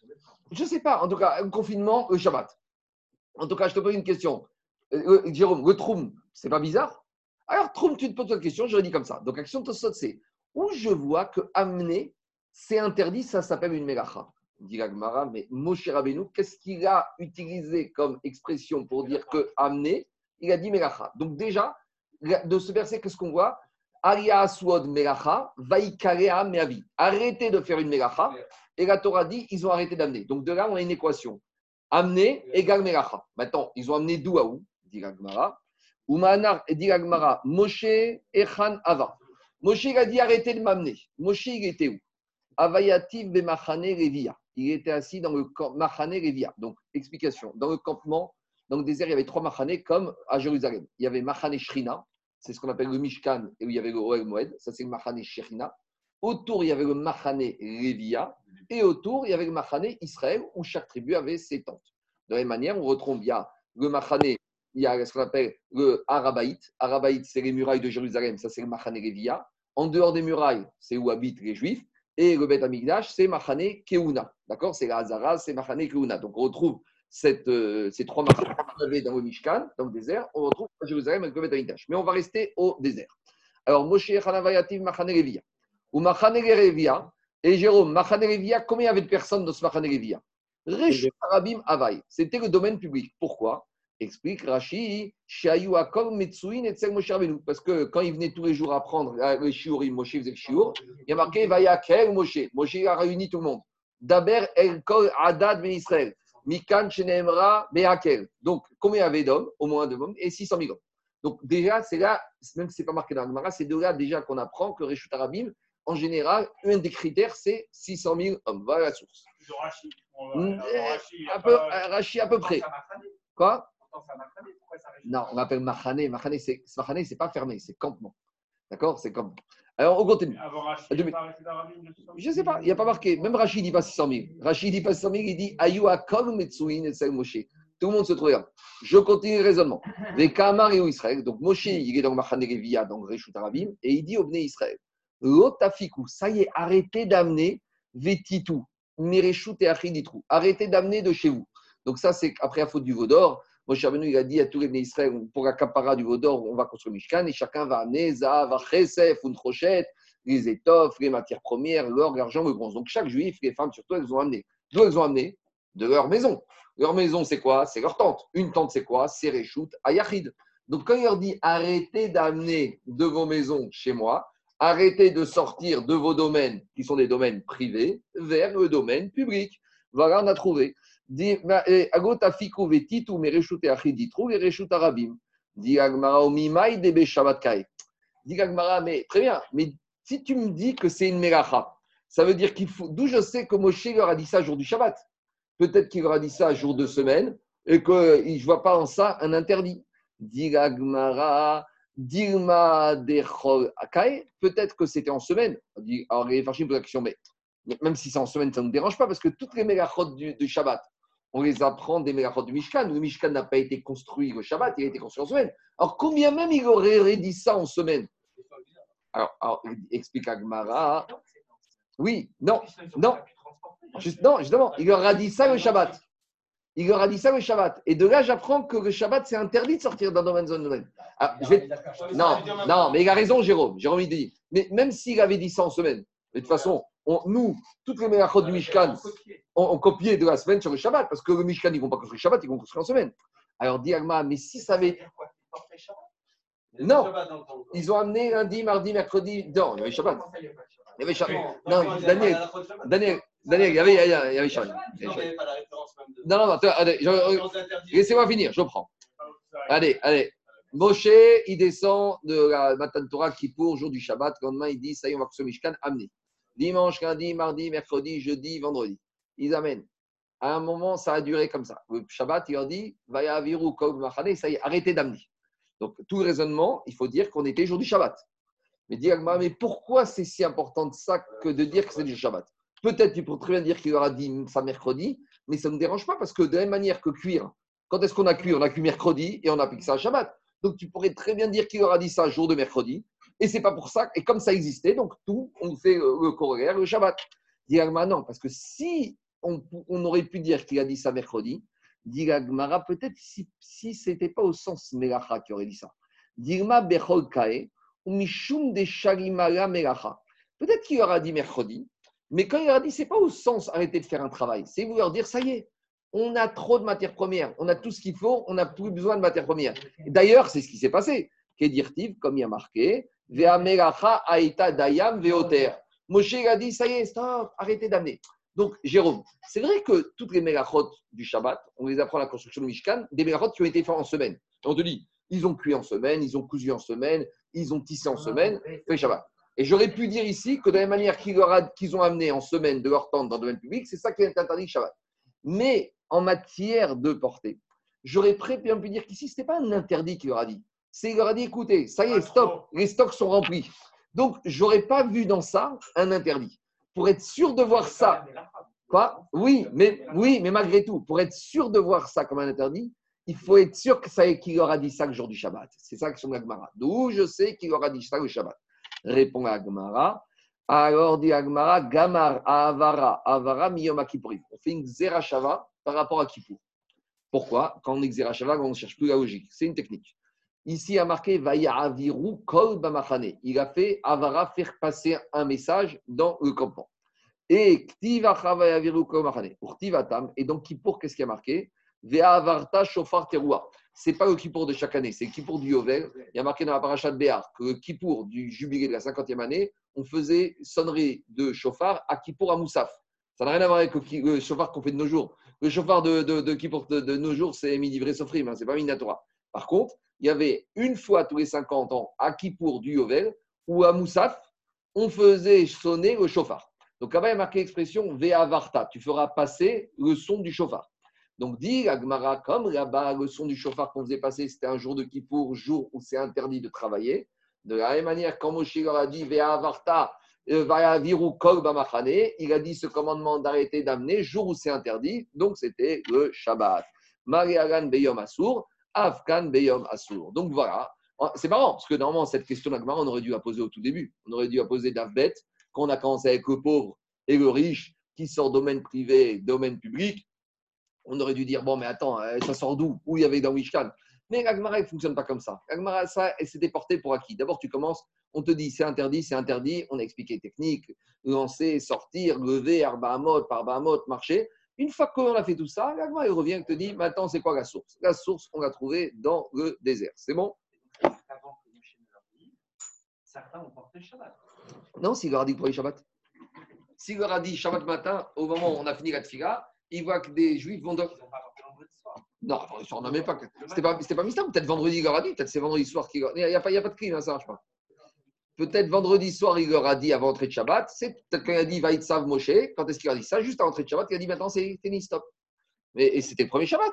Je ne sais pas. En tout cas, un confinement, le Shabbat. En tout cas, je te pose une question. Euh, euh, Jérôme, le troum, ce n'est pas bizarre? Alors, troum, tu te poses la question, j'aurais dit comme ça. Donc, l'action de Tosfot, c'est où je vois que amener, c'est interdit, ça s'appelle une mélacha. Dit la Gemara, mais Moshe Rabbeinu, qu'est-ce qu'il a utilisé comme expression pour dire que amener? Il a dit mélacha. Donc, déjà, de ce verset, qu'est-ce qu'on voit? Aria aswad mélacha, vaikarea meavi. Arrêtez de faire une mélacha. Et la Torah dit, ils ont arrêté d'amener. Donc, de là, on a une équation. Amener égale mélacha. Maintenant, ils ont amené d'où à où? Dit la Gemara. Umanar, dit la Gemara, Moshe echan ava. Moshe, il a dit arrêtez de m'amener. Moshe, il était où? Avayativ bemachane revia. Il était assis dans le camp Machane Revia. Donc, explication. Dans le campement, dans le désert, il y avait trois Machane comme à Jérusalem. Il y avait Machane Shrina, c'est ce qu'on appelle le Mishkan, et où il y avait le Oel Moed. Ça, c'est le Machane Shrina. Autour, il y avait le Machane Revia. Et autour, il y avait le Machane Israël, où chaque tribu avait ses tentes. De la même manière, on retrouve, il y a le Machane, il y a ce qu'on appelle le Arabaït. Arabaït, c'est les murailles de Jérusalem. Ça, c'est le Machane Revia. En dehors des murailles, c'est où habitent les Juifs. Et le Beth Amikdash, c'est Machane Keuna. D'accord? C'est la Hazara, c'est Machane Keuna. Donc, on retrouve cette, euh, ces trois Machane qu'on avait dans le Mishkan, dans le désert. On retrouve à Jérusalem avec le Beth Amikdash. Mais on va rester au désert. Alors, Moshe Chanavayativ Machane Revia. Ou Machane Revia. Et Jérôme, Machane Revia, combien il y avait de personnes dans ce Machane Revia? Reshut Arabim Havai. C'était le domaine public. Pourquoi? Explique Rashi, Shayu Akol Metsuin et Tsel Moshe Rabbeinu. Parce que quand il venait tous les jours apprendre le shiurim, Moshe faisait le shiur, il y a marqué Vayakel Moshe. Moshe a réuni tout le monde. Daber El Kol Adad Ben Israël. Mikan Shenemra Beakel. Donc, combien il y avait d'hommes? Au moins deux hommes et six cent mille hommes. Donc, déjà, c'est là, même si ce n'est pas marqué dans la Gemara, c'est de là déjà qu'on apprend que Reshut Arabim, en général, un des critères, c'est six cent mille hommes. Voilà la source. Rachi, un peu, Rachi à peu près. Quoi? Non, on appelle Machane. Machane, c'est Machane, c'est pas fermé, c'est campement. D'accord? C'est campement. Alors, on continue. Avant Rachi, il n'y a pas Reshut Arabim de six cent mille. Je ne sais pas, il n'y a pas marqué. Même Rachi ne dit pas six cent mille. Rachi ne dit pas six cent mille, il dit Ayu Akol Metsuin et Sel Moshe. Tout le monde se trouve là. Je continue le raisonnement. Les Kamar et Israël. Donc, Moshe, il est dans Machane Revia, dans Reshut Arabim, et il dit au Bnei Israël Lotafiku, ça y est, arrêtez d'amener Vetitu, Mereshut et Achiditru. Arrêtez d'amener de chez vous. Donc, ça, c'est après la faute du Vaudor. Moshe Rabbeinu, il a dit à tous les Bnei Israël, pour la capara du Vaudor, on va construire Mishkan et chacun va amener Zav, Chesef, une trochette, les étoffes, les matières premières, l'or, l'argent, le bronze. Donc chaque juif, les femmes surtout, elles ont amené. D'où elles ont amené? De leur maison. Leur maison, c'est quoi? C'est leur tente. Une tente, c'est quoi? C'est Reshut Ayachid. Donc quand il leur dit arrêtez d'amener de vos maisons chez moi, arrêtez de sortir de vos domaines, qui sont des domaines privés, vers le domaine public. Voilà, on a trouvé. Agota fiku vetitu me reshut achiditru et reshut arabim. Dit Agmara omimai debe Shabbat kai. Dit Agmara, mais très bien, mais si tu me dis que c'est une mélacha, ça veut dire qu'il faut. D'où je sais que Moshe leur a dit ça jour du Shabbat. Peut-être qu'il leur a dit ça jour de semaine et que je ne vois pas en ça un interdit. Dit Agmara, Dilma dechol kai. Peut-être que c'était en semaine. Alors les farchim posent la question, mais même si c'est en semaine, ça ne nous dérange pas parce que toutes les mélachot du, du Shabbat, on les apprend des mélachot du Mishkan. Le Mishkan n'a pas été construit le Shabbat, il a été construit en semaine. Alors, combien même il aurait dit ça en semaine? Alors, alors explique Agmara. Oui, non, non. Juste, non, justement, il leur a dit ça le Shabbat. Il leur a dit ça le Shabbat. Et de là, j'apprends que le Shabbat, c'est interdit de sortir d'un domaine zone domaine. Ah, je vais... Non, non, mais il a raison, Jérôme. Jérôme, il dit. Mais même s'il avait dit ça en semaine, de toute façon, on, nous, toutes les mélachot du Mishkan, on, on copiait de la semaine sur le Shabbat, parce que le Mishkan, ils ne vont pas construire le Shabbat, ils vont construire en semaine. Alors, dit Agma, mais si ça avait. Non, ils ont amené lundi, mardi, mercredi. Non, il y avait Shabbat. Il y avait Shabbat. Non, Daniel, Daniel, Daniel, il y avait, il y avait, il y avait Shabbat. Non, non, non, attends, allez, je, laissez-moi finir, je prends. Allez, allez. Moshe, il descend de la Matan Torah qui pour jour du Shabbat. Le lendemain, il dit ça y est, on va construire le Mishkan, amenez. Dimanche, lundi, mardi, mercredi, jeudi, vendredi. Ils amènent. À un moment, ça a duré comme ça. Le Shabbat, il leur dit Vaya viru kol machane, ça y est, arrêtez d'amener. Donc, tout le raisonnement, il faut dire qu'on était jour du Shabbat. Mais dire, mais pourquoi c'est si important de ça que de dire que c'est du Shabbat? Peut-être tu peux très bien dire qu'il aura dit ça mercredi, mais ça ne me dérange pas parce que de la même manière que cuire, quand est-ce qu'on a cuit? On a cuit mercredi et on a appliqué ça à Shabbat. Donc, tu pourrais très bien dire qu'il aura dit ça jour de mercredi. Et c'est pas pour ça. Et comme ça existait, donc tout, on fait le corollaire, le Shabbat. Dit Agmara, non, parce que si on, on aurait pu dire qu'il a dit ça mercredi, dit Agmara, peut-être si, si ce n'était pas au sens Melacha qui aurait dit ça. Dilma Bechol Kae, ou Mishum de Shalimala Melacha. Peut-être qu'il aura dit mercredi, mais quand il aura dit, ce n'est pas au sens arrêter de faire un travail. C'est vouloir dire, ça y est, on a trop de matières premières, on a tout ce qu'il faut, on n'a plus besoin de matières premières. D'ailleurs, c'est ce qui s'est passé. Kedirtiv, comme il y a marqué, Ve'amelacha Aïta Dayam Veoter. Moshe a dit, ça y est, stop, arrêtez d'amener. Donc, Jérôme, c'est vrai que toutes les mélachot du Shabbat, on les apprend à la construction du Mishkan, des mélachot qui ont été faits en semaine. Et on te dit, ils ont cuit en semaine, ils ont cousu en semaine, ils ont tissé en semaine, fait Shabbat. Et j'aurais pu dire ici que de la même manière qu'ils, leur a, qu'ils ont amené en semaine de leur tente dans le domaine public, c'est ça qui est interdit Shabbat. Mais en matière de portée, j'aurais bien pu dire qu'ici, ce n'était pas un interdit qu'il leur a dit. C'est qu'il leur a dit, écoutez, ça y est, stop, les stocks sont remplis. Donc, je n'aurais pas vu dans ça un interdit. Pour être sûr de voir ça, quoi? Oui, mais, oui, mais malgré tout, pour être sûr de voir ça comme un interdit, il faut être sûr que ça y est, qu'il aura dit ça le jour du Shabbat. C'est ça que sur l'Agmara. D'où je sais qu'il aura dit ça le Shabbat. Répond l'Agmara. Alors dit l'Agmara, Gamar, Avara, Avara, Miyom Kippourim. On fait une Xerashava par rapport à Kippour. Pourquoi? Quand on est Xerashava, on ne cherche plus la logique. C'est une technique. Ici, il y a marqué Vaya'aviru kol bamachane. Il a fait Avara faire passer un message dans le campement. Et Ktivacha Vayaviru kol bamachane. Pour Tivatam. Et donc, Kippour, qu'est-ce qu'il y a marqué? Ve'avarta shofar teroua. Ce n'est pas le Kippour de chaque année, c'est le Kippour du Yovel. Il y a marqué dans la paracha de Béar que le Kippour du jubilé de la cinquantième année, on faisait sonnerie de shofar à Kippour à Moussaf. Ça n'a rien à voir avec le shofar qu'on fait de nos jours. Le shofar de, de, de Kippour de, de nos jours, c'est Midivré Sofrim, hein, ce n'est pas Minatora. Par contre, il y avait une fois tous les cinquante ans à Kippour du Yovel ou à Moussaf, on faisait sonner le shofar. Donc là-bas, il y a marqué l'expression Ve'avarta, tu feras passer le son du shofar. Donc, dit Agmara, comme là-bas, le son du chauffard qu'on faisait passer, c'était un jour de Kippour, jour où c'est interdit de travailler. De la même manière, quand Moshe leur a dit Ve'avarta, Vayaviru kol bamachane, il a dit ce commandement d'arrêter d'amener, jour où c'est interdit. Donc, c'était le Shabbat. Mariagan Beyom Asur, Afkan Beyom Asur. Donc, voilà. C'est marrant, parce que normalement, cette question d'Agmara, on aurait dû la poser au tout début. On aurait dû la poser d'Avbet, quand on a commencé avec le pauvre et le riche, qui sort domaine privé, domaine public. On aurait dû dire, bon, mais attends, ça sort d'où? Où il y avait dans Wishkan? Mais l'Agmara, elle ne fonctionne pas comme ça. L'Agmara, ça, elle s'est déportée pour acquis. D'abord, tu commences, on te dit, c'est interdit, c'est interdit. On a expliqué les techniques, lancer, sortir, lever, arba amot, parba amot, marcher. Une fois qu'on a fait tout ça, l'Agmara, elle revient et te dit, maintenant, c'est quoi la source? La source, on l'a trouvée dans le désert. C'est bon? Avant que Moshe ne leur dise, certains ont porté Shabbat. Non, s'il leur a dit pour les Shabbat. S'il leur a dit Shabbat matin, au moment où on a fini la tefila, il voit que des juifs vont. De... Ils n'ont pas porté vendredi soir. Non, vendredi soir, non, mais pas. C'était pas, c'était pas mystère. Peut-être vendredi, il leur a dit. Peut-être c'est vendredi soir qu'il leur a dit. Il n'y a, a, a pas de crime, hein, ça marche pas. Peut-être vendredi soir, il leur a dit avant l'entrée de Shabbat. C'est peut-être quand il a dit Vaïtsav Moshe. Quand est-ce qu'il a dit ça? Juste avant l'entrée de Shabbat, il a dit maintenant c'est fini, stop. Mais, et c'était le premier Shabbat.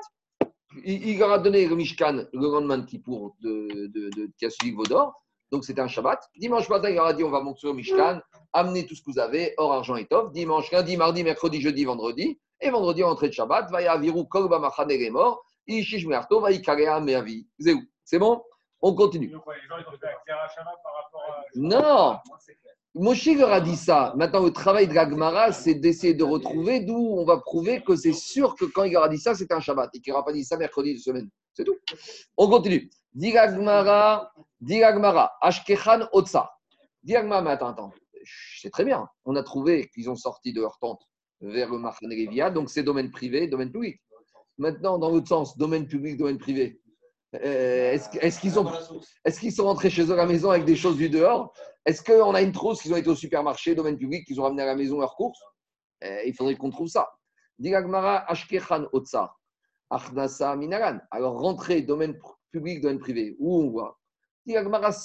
Il, il leur a donné le Mishkan le lendemain de Kippour de, de, de, qui a suivi Vaudor. Donc c'était un Shabbat. Dimanche matin, il leur a dit on va monter au Mishkan, amenez tout ce que vous avez, or, argent et tov. Dimanche, lundi, mardi, mercredi, jeudi, vendredi. Et vendredi, entrée de Shabbat, va y aviru kol bamachane les morts, ishish me'arto, va y karea me'avi. C'est bon? On continue. Donc, ouais, les gens, ils ont fait un Xerashava par rapport à. Non! Moshe leur a dit ça. Maintenant, le travail de la Gemara, c'est d'essayer de retrouver d'où on va prouver que c'est sûr que quand il leur a dit ça, c'était un Shabbat et qu'il n'aura pas dit ça mercredi de semaine. C'est tout. On continue. Dis la Gemara, dis la Gemara, Ashkechan Otsa. Dis la Gemara, mais attends, attends. C'est très bien. On a trouvé qu'ils ont sorti de leur tente vers le Machane Lévia, donc c'est domaine privé, domaine public. Maintenant, dans l'autre sens, domaine public, domaine privé. Euh, est-ce, est-ce, qu'ils ont, est-ce qu'ils sont rentrés chez eux à la maison avec des choses du dehors? Est-ce qu'on a une trousse qu'ils ont été au supermarché, domaine public, qu'ils ont ramené à la maison leurs courses? euh, Il faudrait qu'on trouve ça. Digagmara Ashkechan Otsar. Achnasa Minaran. Alors, rentrer domaine public, domaine privé. Où on voit je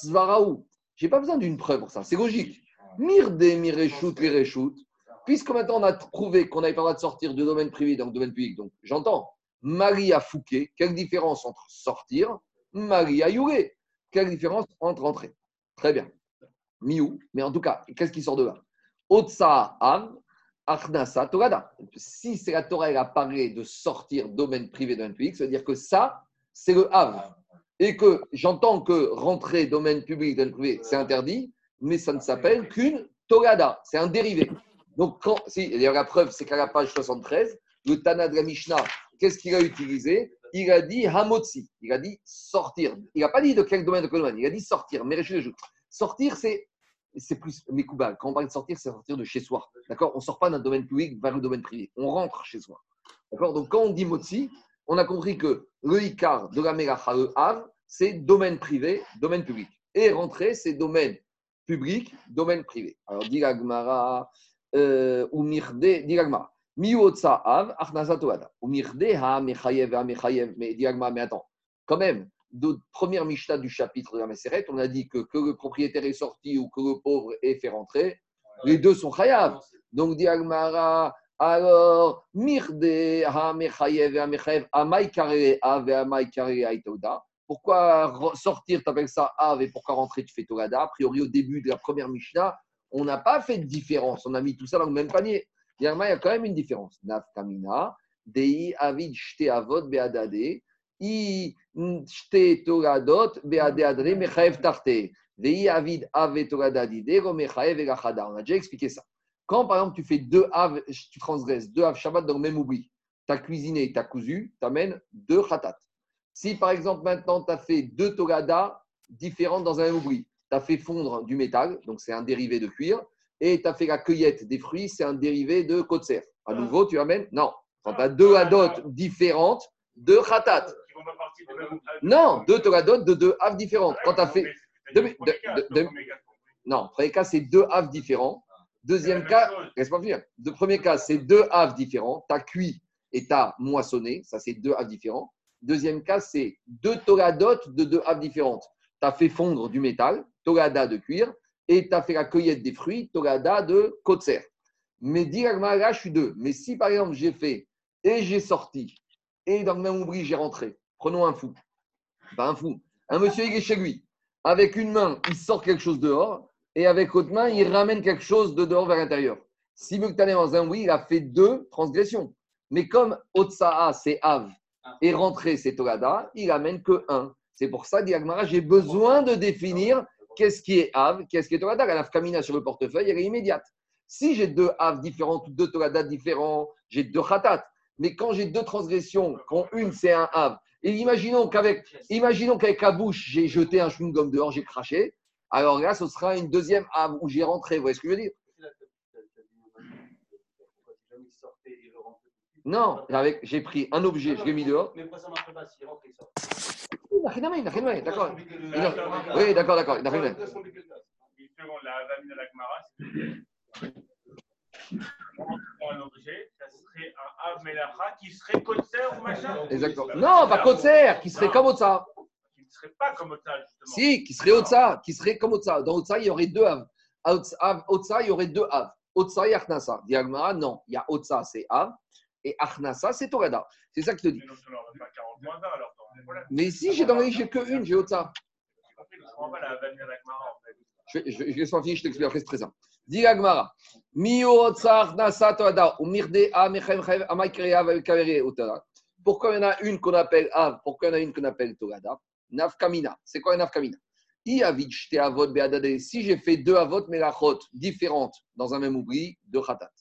n'ai pas besoin d'une preuve pour ça, c'est logique. Mirde, mirechout, les réchout. Puisque maintenant on a prouvé qu'on n'avait pas le droit de sortir de domaine privé dans le domaine public, donc j'entends. Maria Fouquet, quelle différence entre sortir, Maria Youré, quelle différence entre rentrer. Très bien. Miou, mais en tout cas, qu'est-ce qui sort de là? Otsa Av, Achnasa Torada. Si c'est la Torah, elle a parlé de sortir domaine privé, domaine public, ça veut dire que ça, c'est le Av. Et que j'entends que rentrer domaine public, domaine privé, c'est interdit, mais ça ne s'appelle qu'une Torada. C'est un dérivé. Donc, quand, si, et d'ailleurs, la preuve, c'est qu'à la page soixante-treize, le Tana de la Mishnah, qu'est-ce qu'il a utilisé? Il a dit Hamotzi. Il a dit sortir. Il n'a pas dit de quel domaine, de quel domaine. Il a dit sortir. Mais sortir, c'est, c'est plus Mekouba. Quand on parle de sortir, c'est sortir de chez soi. D'accord? On ne sort pas d'un domaine public vers le domaine privé. On rentre chez soi. D'accord? Donc, quand on dit Motzi, on a compris que le Ikar de la Melacha, le Av, c'est domaine privé, domaine public. Et rentrer, c'est domaine public, domaine privé. Alors, dit la Gemara, ou Mirde, dit la Gemara, Miotsa Av, Achnasa Toada. Ou Mirde, Ha, Mechayev, Ha, Mechayev. Mais dit la Gemara, mais attends, quand même, de première Mishnah du chapitre de la Meseret, on a dit que que le propriétaire est sorti ou que le pauvre est fait rentrer, les deux sont Chayav. Donc, dit la Gemara, alors, Mirde, Ha, Mechayev, Ha, Mechayev, Amai Kare, Av, Amai Kare, Aitoda. Pourquoi sortir, tu appelles ça Av, et pourquoi rentrer, tu fais Torada? A priori, au début de la première Mishnah, on n'a pas fait de différence. On a mis tout ça dans le même panier. Il y a quand même une différence. Naf Kamina, Dei Avid Shte Avot Beadade, I Shte Toradot Beadadre Mechaev Tarte, Dei Avid Ave Toradadide, Mechaev Egachada. On a déjà expliqué ça. Quand par exemple tu fais deux Av, tu transgresses deux Av Shabbat dans le même oubli, tu as cuisiné et tu as cousu, tu amènes deux Khatat. Si par exemple maintenant tu as fait deux Torada différentes dans un même oubli, tu as fait fondre du métal, donc c'est un dérivé de cuir, et tu as fait la cueillette des fruits, c'est un dérivé de kotser. À nouveau, tu amènes. Non, quand tu as deux Hadot différentes, deux Khatat. Non, deux Toradot de deux Havs différentes. Quand tu as fait. De, de, de, de, non, premier cas, c'est deux Havs différents. Deuxième cas, laisse-moi finir. Le premier cas, c'est deux Havs différents. Tu as cuit et tu as moissonné. Ça, c'est deux Havs différents. Deuxième cas, c'est deux Toradot de deux Havs différentes. Tu as fait fondre du métal, Torada de cuir, et tu as fait la cueillette des fruits, Torada de kotser. Mais directement là, je suis deux. Mais si par exemple, j'ai fait et j'ai sorti, et dans le même oubli, j'ai rentré, prenons un fou. Pas un fou. Un monsieur, il est chez lui. Avec une main, il sort quelque chose dehors, et avec l'autre main, il ramène quelque chose de dehors vers l'intérieur. Simultanément, dans un oubli, il a fait deux transgressions. Mais comme Otsa'a, c'est Av, et rentrer, c'est Torada, il ramène que un. C'est pour ça, dit Agmara, j'ai besoin de définir qu'est-ce qui est Av, qu'est-ce qui est Torada. La nafkamina sur le portefeuille, elle est immédiate. Si j'ai deux Av différentes ou deux Torada différents, j'ai deux Khatat. Mais quand j'ai deux transgressions, quand une c'est un Av, et imaginons qu'avec, imaginons qu'avec la bouche, j'ai jeté un chewing-gum dehors, j'ai craché, alors là, ce sera une deuxième Av où j'ai rentré. Vous voyez ce que je veux dire? Non, avec, j'ai pris un objet, je l'ai mis dehors. Mais pourquoi ça ne marche pas s'il rentre, il sort? D'accord. Oui, d'accord, d'accord. Selon la Avamine de la Gemara, c'est un objet, ça serait un Av Melacha qui serait Kotser ou machin. Exactement. Non, pas Kotser, qui serait comme Otsa. Qui ne serait pas comme Otsa, justement. Si, qui serait Otsa, qui serait comme Otsa. Dans Otsa, il y aurait deux Av. Otsa, il y aurait deux Av. Otsa et Achnasa. Diagmara, non. Il y a Otsa, c'est Av. Et Achnasa, c'est Torada. C'est ça que je te dis. Mais si, j'ai dans les j'ai que une, j'ai Otsa. Je vais, je vais, je laisse pas finir, je t'explique après, c'est très simple. Dis Agmara. Pourquoi il y en a une qu'on appelle Av, pourquoi il y en a une qu'on appelle Torada? Nafkamina. C'est quoi une Nafkamina? Si j'ai fait deux avot melachot différentes dans un même oubli, deux khatat.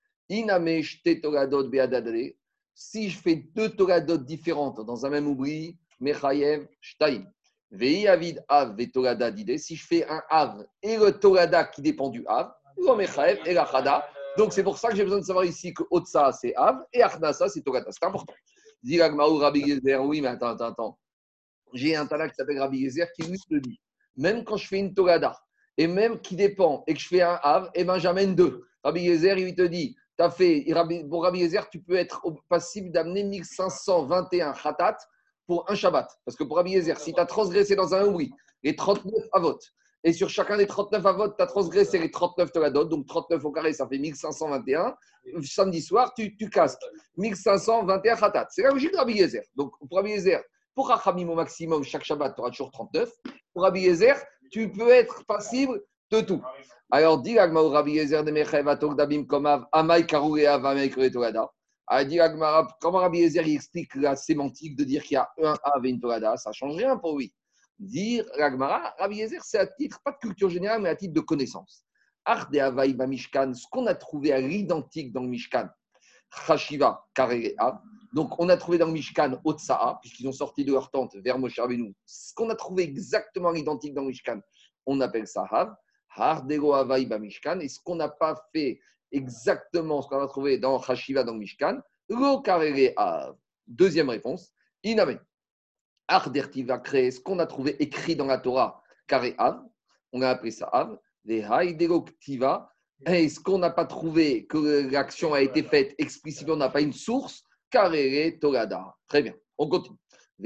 Si je fais deux toradot différentes dans un même oubli, mechayev shtaim. Vei avid av ve torada dide. Si je fais un av et le torada qui dépend du av, le mechayev et la chada. Donc c'est pour ça que j'ai besoin de savoir ici que otsa c'est av et achnasa c'est torada. C'est important. Dit Agmaou Rabbi Gezer, oui mais attends attends attends. J'ai un tana qui s'appelle Rabbi Gezer qui lui te dit, même quand je fais une torada et même qui dépend et que je fais un av, et ben j'amène deux. Rabbi Gezer il te dit. T'as fait, pour Rabbi Gezer, tu peux être passible d'amener mille cinq cent vingt et un khatat pour un Shabbat. Parce que pour Rabbi Eliezer, si tu as transgressé dans un oui les trente-neuf avot, et sur chacun des trente-neuf avot, tu as transgressé les trente-neuf Toladot, donc trente-neuf au carré, ça fait mille cinq cent vingt et un. Samedi soir, tu, tu casques mille cinq cent vingt et un Khatat. C'est la logique de Rabbi Eliezer. Donc pour Rabbi Eliezer, pour Rachamim au maximum, chaque Shabbat, tu auras toujours trente-neuf. Pour Rabbi Eliezer, tu peux être passible de tout. Alors, dit l'agma Rabbi Eliezer de Mechav Atok Dabim Komav Amay Karourea Vamay Toada. Alors, dit l'agma, comment Rabbi Eliezer explique la sémantique de dire qu'il y a un Av et une Toada, ça ne change rien pour lui. Dire l'agma, Rabbi Eliezer, c'est à titre, pas de culture générale, mais à titre de connaissance. Ach de Havaï Mishkan, ce qu'on a trouvé à l'identique dans le Mishkan, Chashiva Karere Av. Donc, on a trouvé dans le Mishkan Otsa'a, puisqu'ils ont sorti de leur tente vers Moshe Rabbeinu. Ce qu'on a trouvé exactement l'identique dans le Mishkan, on appelle ça Hav. Hardego Havaï Mishkan. Et ce qu'on n'a pas fait exactement, ce qu'on a trouvé dans Chashiva, dans le Mishkan, Lo Karere Av. Deuxième réponse, Inamen. Ardertiva créé, ce qu'on a trouvé écrit dans la Torah, Karé Av, on a appelé ça Av. Les Haïdego Ktiva. Et ce qu'on n'a pas trouvé, que l'action a été faite explicitement, on n'a pas une source, Karere Torada. Très bien, on continue.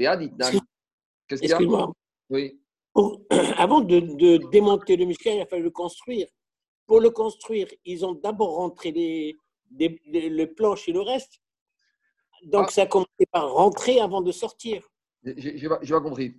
Qu'est-ce qu'il y a? Excuse-moi. Oui. Pour, avant de, de démonter le Mishkan, il a fallu le construire. Pour le construire, ils ont d'abord rentré les, les, les, les planches et le reste. Donc, ah. ça a commencé par rentrer avant de sortir. Je n'ai pas, pas compris.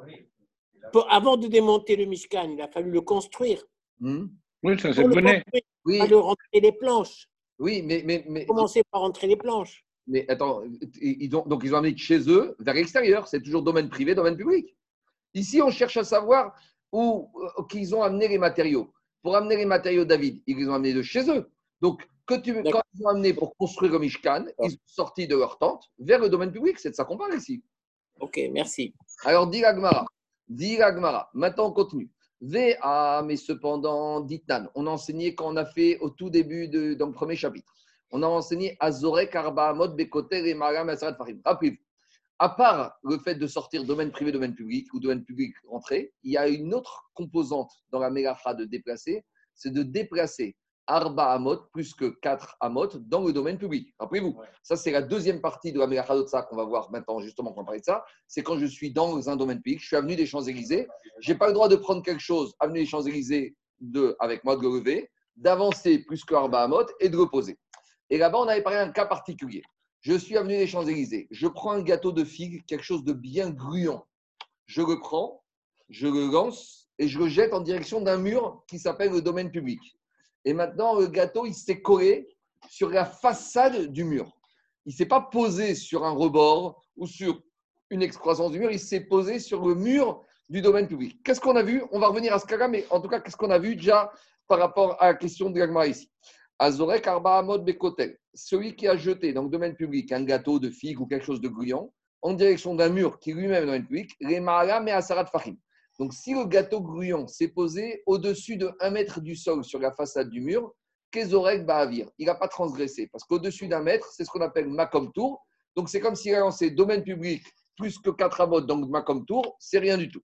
Pour, avant de démonter le Mishkan, il a fallu le construire. Hmm. Oui, ça c'est bonnet. Oui. Il a fallu rentrer les planches. Oui, mais... mais, mais commencer par rentrer les planches. Mais attends, ils ont, donc ils ont amené de chez eux vers l'extérieur. C'est toujours domaine privé, domaine public. Ici, on cherche à savoir où euh, qu'ils ont amené les matériaux. Pour amener les matériaux, David, ils les ont amenés de chez eux. Donc, que tu, quand ils ont amené pour construire le Mishkan, ils sont sortis de leur tente vers le domaine public. C'est de ça qu'on parle ici. Ok, merci. Alors, dit la Gemara. Dit la Gemara. Maintenant, on continue. V A, mais cependant, dit Nan. On a enseigné quand on a fait au tout début de, dans le premier chapitre. On a enseigné Azorek, Arba, Amot, Bekoter et Maram, Asarat, Farim. Rappelez-vous, à part le fait de sortir domaine privé, domaine public ou domaine public rentré, il y a une autre composante dans la Mélacha de déplacer, c'est de déplacer Arba Amot plus que quatre Amot dans le domaine public. Rappelez-vous, ouais. Ça c'est la deuxième partie de la Mélacha de ça qu'on va voir maintenant, justement, quand on va parler de ça. C'est quand je suis dans un domaine public, je suis avenue des Champs-Élysées, je n'ai pas le droit de prendre quelque chose, avenue des Champs-Élysées, de, avec moi de le lever, d'avancer plus que Arba Amot et de le poser. Et là-bas, on avait parlé d'un cas particulier. Je suis avenue des Champs-Élysées. Je prends un gâteau de figue, quelque chose de bien gluant. Je le prends, je le lance et je le jette en direction d'un mur qui s'appelle le domaine public. Et maintenant, le gâteau, il s'est collé sur la façade du mur. Il ne s'est pas posé sur un rebord ou sur une excroissance du mur. Il s'est posé sur le mur du domaine public. Qu'est-ce qu'on a vu? On va revenir à ce cas-là, mais en tout cas, qu'est-ce qu'on a vu déjà par rapport à la question de l'Agma ici? Azorek Arba Amot Bekotel, celui qui a jeté dans le domaine public un gâteau de figue ou quelque chose de gluant en direction d'un mur qui lui-même est dans le domaine public, les Mahalam et Asarat Fahim. Donc si le gâteau gluant s'est posé au-dessus de un mètre du sol sur la façade du mur, Kezorek Bahavir, il n'a pas transgressé parce qu'au-dessus d'un mètre, c'est ce qu'on appelle Makom Tour. Donc c'est comme s'il a lancé domaine public plus que quatre Amot, donc Makom Tour, c'est rien du tout.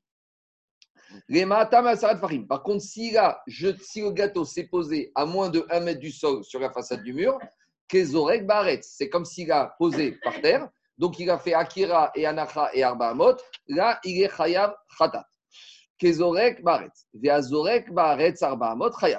Les Mahatam et Asarat Fahim. Par contre, si, a, je, si le gâteau s'est posé à moins de un mètre du sol sur la façade du mur, Kezorek Baretz, c'est comme s'il a posé par terre. Donc, il a fait Akira et Anacha et Arba Amot. Là, il est Chayav Khatat. Kezorek Baretz. Veazorek Baretz Arba Amot Chayav.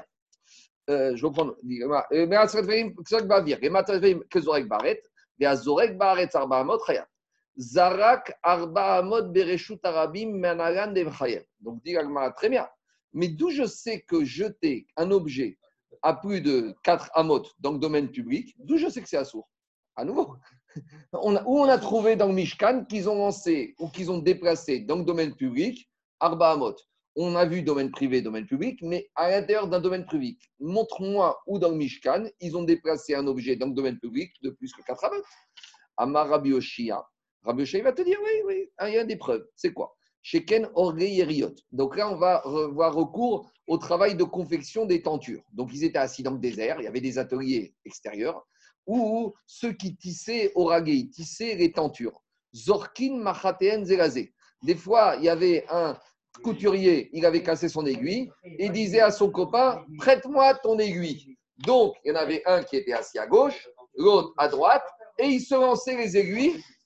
Je vais prendre. Mais Asarat Fahim, Kezorek Bavir. Les Mahatam Kezorek Baretz. Veazorek Baretz Arba Amot Chayav. Zarak Arba Amot Bereshut Arabim Managan Devchayev. Donc, dit l'Agmara, très bien. Mais d'où je sais que jeter un objet à plus de quatre Amot dans le domaine public, d'où je sais que c'est assourd? À nouveau. On a, où on a trouvé dans le Mishkan qu'ils ont lancé ou qu'ils ont déplacé dans le domaine public Arba Amot. On a vu domaine privé, domaine public, mais à l'intérieur d'un domaine public. Montre-moi où dans le Mishkan ils ont déplacé un objet dans le domaine public de plus que quatre Amot. Amar Rabbi Oshia. Rabbi Oshia va te dire, oui, oui, il y a des preuves. C'est quoi? Sheken Orgei Yeriot. Donc là, on va avoir recours au travail de confection des tentures. Donc, ils étaient assis dans le désert, il y avait des ateliers extérieurs, où ceux qui tissaient Oragei, tissaient les tentures. Zorkin Machateen Zelazé. Des fois, il y avait un couturier, il avait cassé son aiguille, et disait à son copain, prête-moi ton aiguille. Donc, il y en avait un qui était assis à gauche, l'autre à droite, et ils se lançaient les aiguilles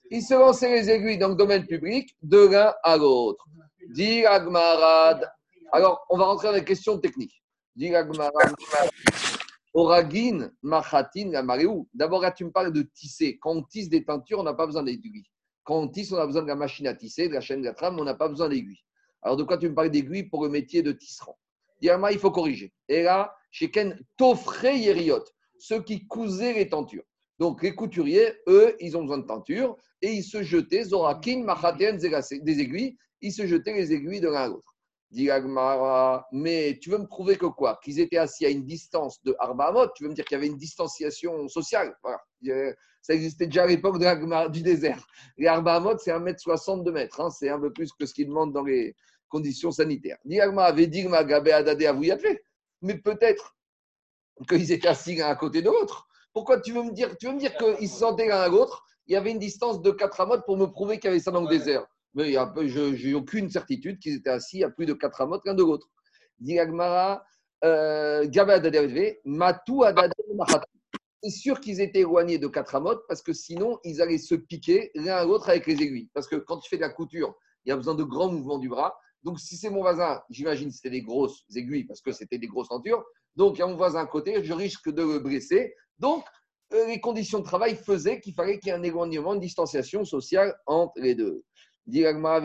Ils se lançaient les aiguilles dans le domaine public de l'un à l'autre. Dit Agmarad. Alors, on va rentrer dans les questions techniques. Dit Agmarad. Oragin, Machatin, la Maréou. D'abord, là, tu me parles de tisser. Quand on tisse des teintures, on n'a pas besoin d'aiguilles. Quand on tisse, on a besoin de la machine à tisser, de la chaîne de la trame, on n'a pas besoin d'aiguilles. Alors, de quoi tu me parles d'aiguilles pour le métier de tisserand? Diagma, il faut corriger. Et là, chez Ken, Tofre Yeriot, ceux qui cousaient les tentures. Donc, les couturiers, eux, ils ont besoin de tentures et ils se jetaient, Zorakin, Machaten, des aiguilles, ils se jetaient les aiguilles de l'un à l'autre. Diagmara, mais tu veux me prouver que quoi? Qu'ils étaient assis à une distance de Arba Amot, tu veux me dire qu'il y avait une distanciation sociale? Voilà. Ça existait déjà à l'époque de la, du désert. Les Arba Amot, c'est un mètre soixante, deux mètres. Hein, c'est un peu plus que ce qu'ils demandent dans les conditions sanitaires. Diagma avait dit mais peut-être qu'ils étaient assis l'un à côté de l'autre. Pourquoi tu veux me dire, tu veux me dire qu'ils se sentaient l'un à l'autre? Il y avait une distance de quatre amot pour me prouver qu'il y avait ça dans le désert. Mais je n'ai aucune certitude qu'ils étaient assis à plus de quatre amot l'un de l'autre. Diagmara, Matou c'est sûr qu'ils étaient éloignés de quatre amot parce que sinon, ils allaient se piquer l'un à l'autre avec les aiguilles. Parce que quand tu fais de la couture, il y a besoin de grands mouvements du bras. Donc, si c'est mon voisin, j'imagine que c'était des grosses aiguilles parce que c'était des grosses tentures. Donc, il y a mon voisin à côté, je risque de le blesser. Donc, euh, les conditions de travail faisaient qu'il fallait qu'il y ait un éloignement, une distanciation sociale entre les deux. D'accord,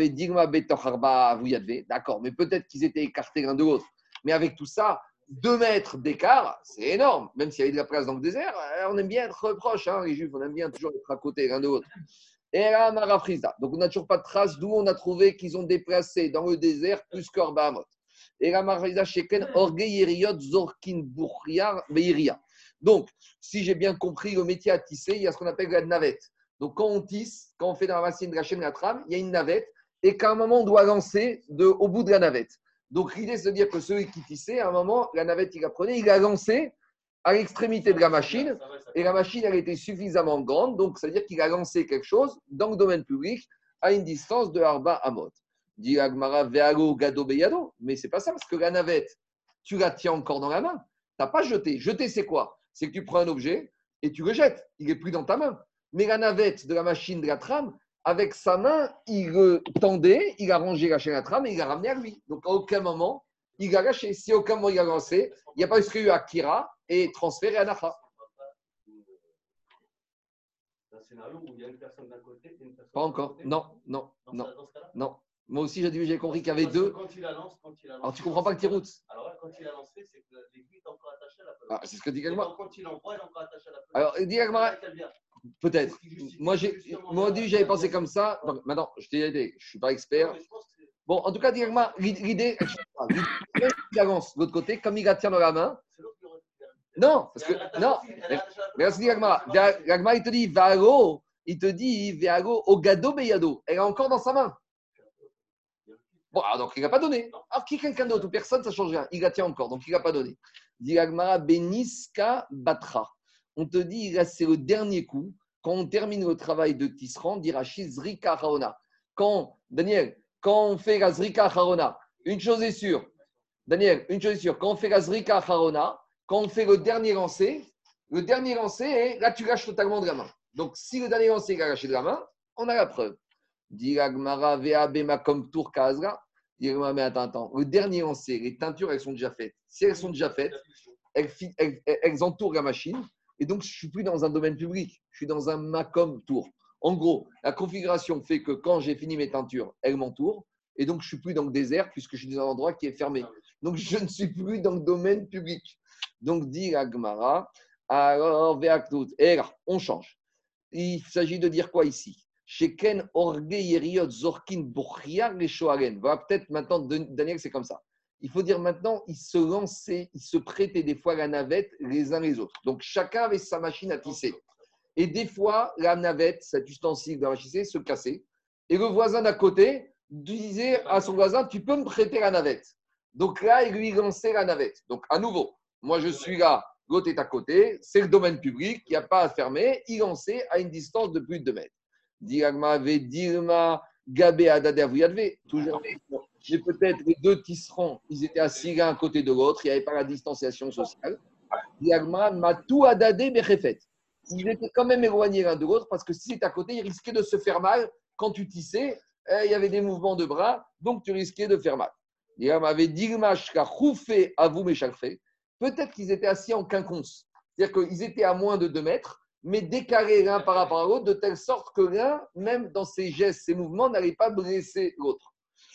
mais peut-être qu'ils étaient écartés l'un de l'autre. Mais avec tout ça, deux mètres d'écart, c'est énorme. Même s'il y avait de la place dans le désert, on aime bien être proches, hein, les Juifs, on aime bien toujours être à côté l'un de l'autre. Et là, Marafriza. Donc, on n'a toujours pas de trace d'où on a trouvé qu'ils ont déplacé dans le désert plus qu'Orbahamot. Et là, Marafriza, Sheken, Orgeyeriot, Zorkin, Bourriar, Beiria. Donc, si j'ai bien compris, le métier à tisser, il y a ce qu'on appelle la navette. Donc, quand on tisse, quand on fait dans la machine de la chaîne de la trame, il y a une navette et qu'à un moment, on doit lancer de, au bout de la navette. Donc, l'idée, c'est de dire que celui qui tissait, à un moment, la navette, il la prenait, il la lançait à l'extrémité de la machine et la machine, elle était suffisamment grande. Donc, ça veut dire qu'il a lancé quelque chose dans le domaine public à une distance de Arba Amot. Dit Agmara, Vealo, Gado, Beyado. Mais ce n'est pas ça parce que la navette, tu la tiens encore dans la main. Tu n'as pas jeté. Jeter, c'est quoi? C'est que tu prends un objet et tu le jettes. Il n'est plus dans ta main. Mais la navette de la machine de la trame, avec sa main, il le tendait, il a rangé la chaîne à la trame et il l'a ramené à lui. Donc, à aucun moment, il a lâché. Si à aucun moment il a lancé, il n'y a pas eu Akira et transféré à Nafa. Un scénario où il y a une personne d'un côté et une personne Pas encore. Non, non, non. Non. Moi aussi, j'ai, j'ai compris qu'il y avait Parce deux. Quand il la lance, quand il la lance. Alors, tu ne comprends pas le tirout. Alors, là, quand il a lancé, c'est que l'aiguille est encore attachée à la pelote. Ah, c'est ce que dit Gagmar. Quand il envoie, elle est encore attachée à la pelote. Alors, dit Gagmar. Peut-être. Moi, j'ai, moi, au début, j'avais pensé comme ça. Donc, maintenant, je t'ai dit, je ne suis pas expert. Bon, en tout cas, directement, l'idée, l'idée il avance de l'autre côté, comme il la tient dans la main. Non, parce que, non. Merci, Gagmar. Gagmar, il te dit, Vago, il te dit, Vago, au gado, beyado. Elle est encore dans sa main. Bon, alors, donc, il n'a pas donné. Alors, qui quelqu'un d'autre ou personne, ça ne change rien. Il la tient encore, donc il n'a pas donné. Dit Gagmar, Beniska Batra. On te dit, là, c'est le dernier coup. Quand on termine le travail de tisserand, dit Rachid, Zrika Harona. Quand, Daniel, quand on fait la Zrika Harona, une chose est sûre, Daniel, une chose est sûre, quand on fait la Zrika Harona, quand on fait le dernier lancer, le dernier lancer, est, là, tu lâches totalement de la main. Donc, si le dernier lancer, il a lâché de la main, on a la preuve. Dit Agmara, Vea, Bema, comme Tour, Kazra. Dit Agmara, mais attends, attends. Le dernier lancer, les teintures, elles sont déjà faites. Si elles sont déjà faites, elles, elles, elles entourent la machine. Et donc, je ne suis plus dans un domaine public, je suis dans un Macom tour. En gros, la configuration fait que quand j'ai fini mes teintures, elles m'entourent. Et donc, je ne suis plus dans le désert puisque je suis dans un endroit qui est fermé. Donc, je ne suis plus dans le domaine public. Donc, dit Agmara, alors, et là, on change. Il s'agit de dire quoi ici? Sheken orgeyeriot zorkin bourriar les shoaren. Voilà, peut-être maintenant, Daniel, c'est comme ça. Il faut dire maintenant, ils se lançaient, ils se prêtaient des fois la navette les uns les autres. Donc, chacun avait sa machine à tisser. Et des fois, la navette, cet ustensile de la tisser, se cassait. Et le voisin d'à côté disait à son voisin, tu peux me prêter la navette. Donc là, il lui lançait la navette. Donc, à nouveau, moi, je suis là, l'autre est à côté, c'est le domaine public, il n'y a pas à fermer. Il lançait à une distance de plus de deux mètres. Diragma, Vedirma, Gabé, Adade, Vouyadvé, toujours. Mais peut-être les deux tisserands, ils étaient assis l'un à côté de l'autre, il n'y avait pas la distanciation sociale. Diagma, Matou Adade Bechefet. ils étaient quand même éloignés l'un de l'autre parce que si c'était à côté, ils risquaient de se faire mal quand tu tissais. Il y avait des mouvements de bras, donc tu risquais de faire mal. Il m'avait dit à vous, mes chakfé. Peut-être qu'ils étaient assis en quinconce. C'est-à-dire qu'ils étaient à moins de deux mètres, mais décalés l'un par rapport à l'autre, de telle sorte que l'un, même dans ses gestes, ses mouvements, n'allait pas blesser l'autre.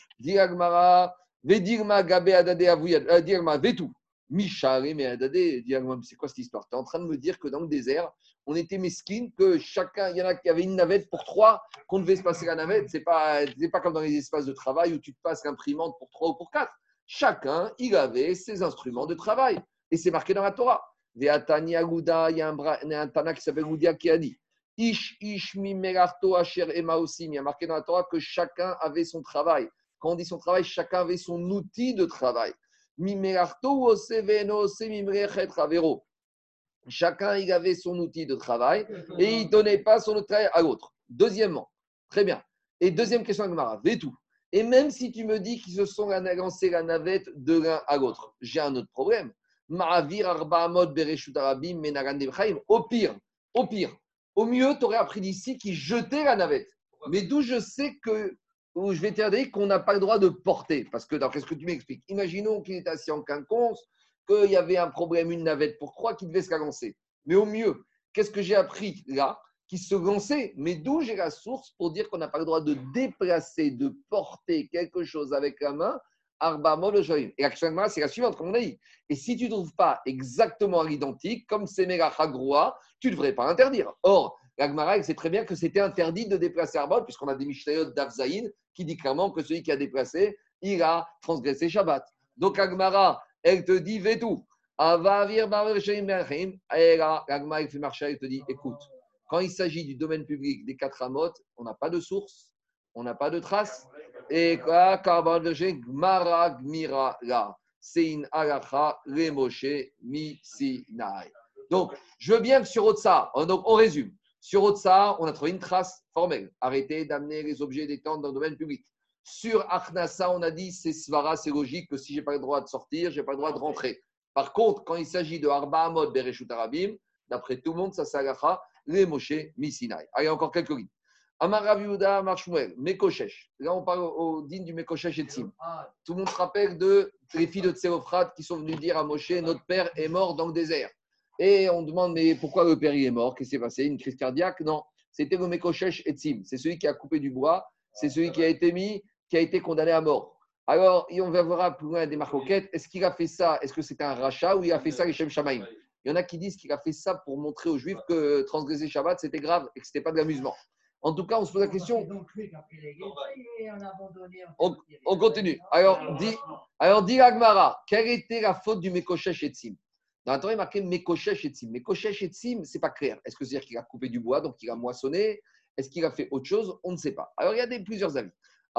Diagmara, Vedirma, Gabé, Adade, Avouyad, Diagma, Vetou. Michare, mais Adade, Diagma, c'est quoi cette histoire? Tu es en train de me dire que dans le désert, on était mesquines, que chacun, il y en a qui avaient une navette pour trois, qu'on devait se passer la navette. Ce n'est pas, c'est pas comme dans les espaces de travail où tu te passes l'imprimante pour trois ou pour quatre. Chacun, il avait ses instruments de travail. Et c'est marqué dans la Torah. Veatani Aguda, il y a un, bra... un Tana qui s'appelle Goudia qui a dit Ish, Ish, Mimerarto, Asher, Ema aussi. Il y a marqué dans la Torah que chacun avait son travail. Quand on dit son travail, chacun avait son outil de travail. Mimerarto, Oseveno, Semimrechet, Ravero. Chacun, il avait son outil de travail et il ne donnait pas son outil de travail à l'autre. Deuxièmement, très bien. Et deuxième question, Agmara, Vetou. Et même si tu me dis qu'ils se sont lancé la navette de l'un à l'autre, j'ai un autre problème. Ma'avir arba amod bereshut arabim menagan debraim. Au pire, au pire, au mieux, tu aurais appris d'ici qu'ils jetaient la navette. Mais d'où je sais que, où je vais te dire qu'on n'a pas le droit de porter. Parce que, d'après ce que tu m'expliques, imaginons qu'il est assis en quinconce, qu'il y avait un problème, une navette pour trois qui devait se la lancer. Mais au mieux, qu'est-ce que j'ai appris là? Qui se lançait. Mais d'où j'ai la source pour dire qu'on n'a pas le droit de déplacer, de porter quelque chose avec la main? Arba mol joïm. Et actuellement, c'est la suivante, comme on a dit. Et si tu ne trouves pas exactement à l'identique, comme c'est Melacha Groa, tu ne devrais pas interdire. Or, l'Agmara, elle sait très bien que c'était interdit de déplacer Arba, puisqu'on a des Mishnayot d'Avzaïn qui dit clairement que celui qui a déplacé, il a transgressé Shabbat. Donc, l'Agmara, elle te dit, Vetou. Avavir Barer Sheim Merchim. Et là, l'Agmara, elle fait marcher, elle te dit, écoute, quand il s'agit du domaine public des quatre amotes, on n'a pas de source, on n'a pas de trace. Et quoi, Karban Verger, Gmara Gmira là. C'est une halacha, les Moshe, mi Sinai. Donc, je veux bien que sur Otsa, donc on résume. Sur Otsa, on a trouvé une trace formelle. Arrêtez d'amener les objets des tentes dans le domaine public. Sur Achnasa, on a dit, c'est Svara, c'est logique que si je n'ai pas le droit de sortir, je n'ai pas le droit de rentrer. Par contre, quand il s'agit de Arba Amod Bereshut Arabim, d'après tout le monde, ça s'agacha, les Moshe, mi Sinai. Allez, encore quelques lignes. Amar Rav Yehuda, Amar Shmuel, Mekoshesh. Là, on parle au digne du Mekoshesh et Tzim. Tout le monde se rappelle de les filles de Tséophrate qui sont venues dire à Moshe, notre père est mort dans le désert. Et on demande, mais pourquoi le père il est mort? Qu'est-ce qui s'est passé? Une crise cardiaque? Non, c'était le Mekoshesh et Tzim. C'est celui qui a coupé du bois, c'est celui qui a été mis, qui a été condamné à mort. Alors, on va voir plus loin des marcoquettes. Est-ce qu'il a fait ça? Est-ce que c'était un rachat ou il a fait ça les Shem Shamaim? Il y en a qui disent qu'il a fait ça pour montrer aux Juifs que transgresser Shabbat, c'était grave et que ce n'était pas de l'amusement. En tout cas, on se pose la question. On, on continue. Alors, dit, alors, dit Agmara, quelle était la faute du Mekoshesh et Tzim? Dans la Torah, il est marqué Mekoshesh et Tzim. Mekoshesh et Tzim, ce n'est pas clair. Est-ce que c'est-à-dire qu'il a coupé du bois, donc il a moissonné? Est-ce qu'il a fait autre chose? On ne sait pas. Alors, il y a des, plusieurs avis.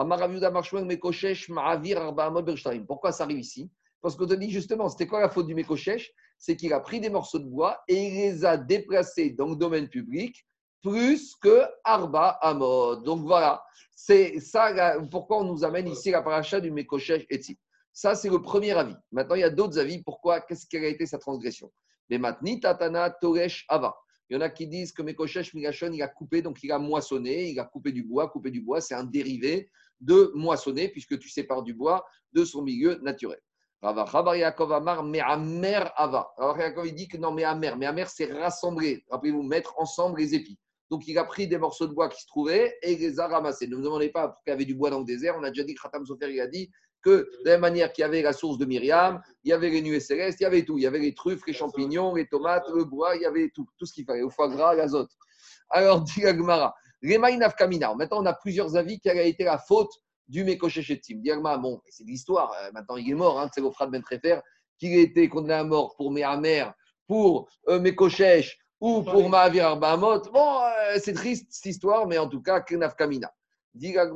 Pourquoi ça arrive ici? Parce qu'on te dit justement, c'était quoi la faute du Mekoshesh? C'est qu'il a pris des morceaux de bois et il les a déplacés dans le domaine public plus que Arba Amod. Donc voilà, c'est ça là, pourquoi on nous amène ici la paracha du Mekoshesh et Tzim. Ça, c'est le premier avis. Maintenant, il y a d'autres avis. Pourquoi? Qu'est-ce quelle a été sa transgression? Mais maintenant, Tatana Toresh Ava. Il y en a qui disent que Mekoshesh Migashon, il a coupé, donc il a moissonné, il a coupé du bois. Couper du bois, c'est un dérivé de moissonner, puisque tu sépares du bois de son milieu naturel. Rava Yaakov Amar Me'amer Ava. Alors Yaakov il dit que non, Me'amer. Me'amer, c'est rassembler. Rappelez-vous, mettre ensemble les épis. Donc il a pris des morceaux de bois qui se trouvaient et il les a ramassés. Ne me demandez pas pourquoi il y avait du bois dans le désert. On a déjà dit que Khatam Sofer il a dit que de la même manière qu'il y avait la source de Myriam, il y avait les nuées célestes, il y avait tout. Il y avait les truffes, les champignons, les tomates, le bois, il y avait tout. Tout ce qu'il fallait. Au foie gras, l'azote. Alors dit Agmara. Remaï Nafkamina. Maintenant on a plusieurs avis quelle a été la faute du Mekoshesh et Tzim. Dit Agmara, bon, c'est de l'histoire. Maintenant il est mort. Hein, c'est l'Ofrat Ben Trefer qu'il a été condamné à mort pour Me'amer, pour euh, Mekoshesh ou pour Ma'avir Arba Amot. Bon, euh, c'est triste cette histoire, mais en tout cas, Kenaf Kamina. Il a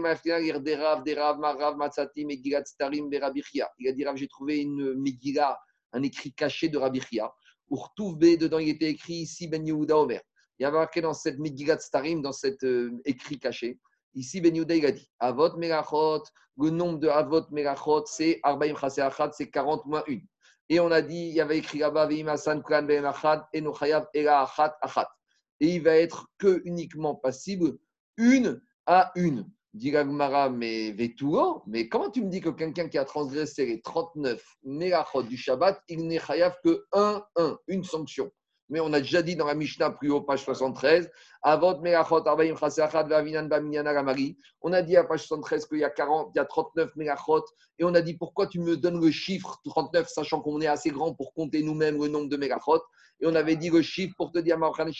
dit, Rav, j'ai trouvé une Megillah, un écrit caché de Rabbi Chia. Urtouvbe, dedans, il était écrit ici Ben Yehuda Omer. Il y avait marqué dans cette Megillah Starim, dans cet euh, écrit caché. Ici, Ben Yehuda, il a dit, Avot Melachot, le nombre de Avot Melachot, c'est Arbaim Chasei Achat, c'est quarante moins un. Et on a dit, il y avait écrit là-bas, Veimasan Klan Ben Achat, et no Chayav Ela Achat Achat. Et il va être que uniquement passible une à une. Dit la Gemara, mais Veturo, mais comment tu me dis que quelqu'un qui a transgressé les trente-neuf Melachot du Shabbat, il n'est Chayav que un, un, une sanction? Mais on a déjà dit dans la Mishnah plus haut, page soixante-treize, Avot Melachot Arbaim Chaseachat Vavinan Baminyana Gamari. On a dit à page soixante-treize qu'il y a quarante, il y a trente-neuf Melachot. Et on a dit pourquoi tu me donnes le chiffre trente-neuf, sachant qu'on est assez grand pour compter nous-mêmes le nombre de Melachot. Et on avait dit le chiffre pour te dire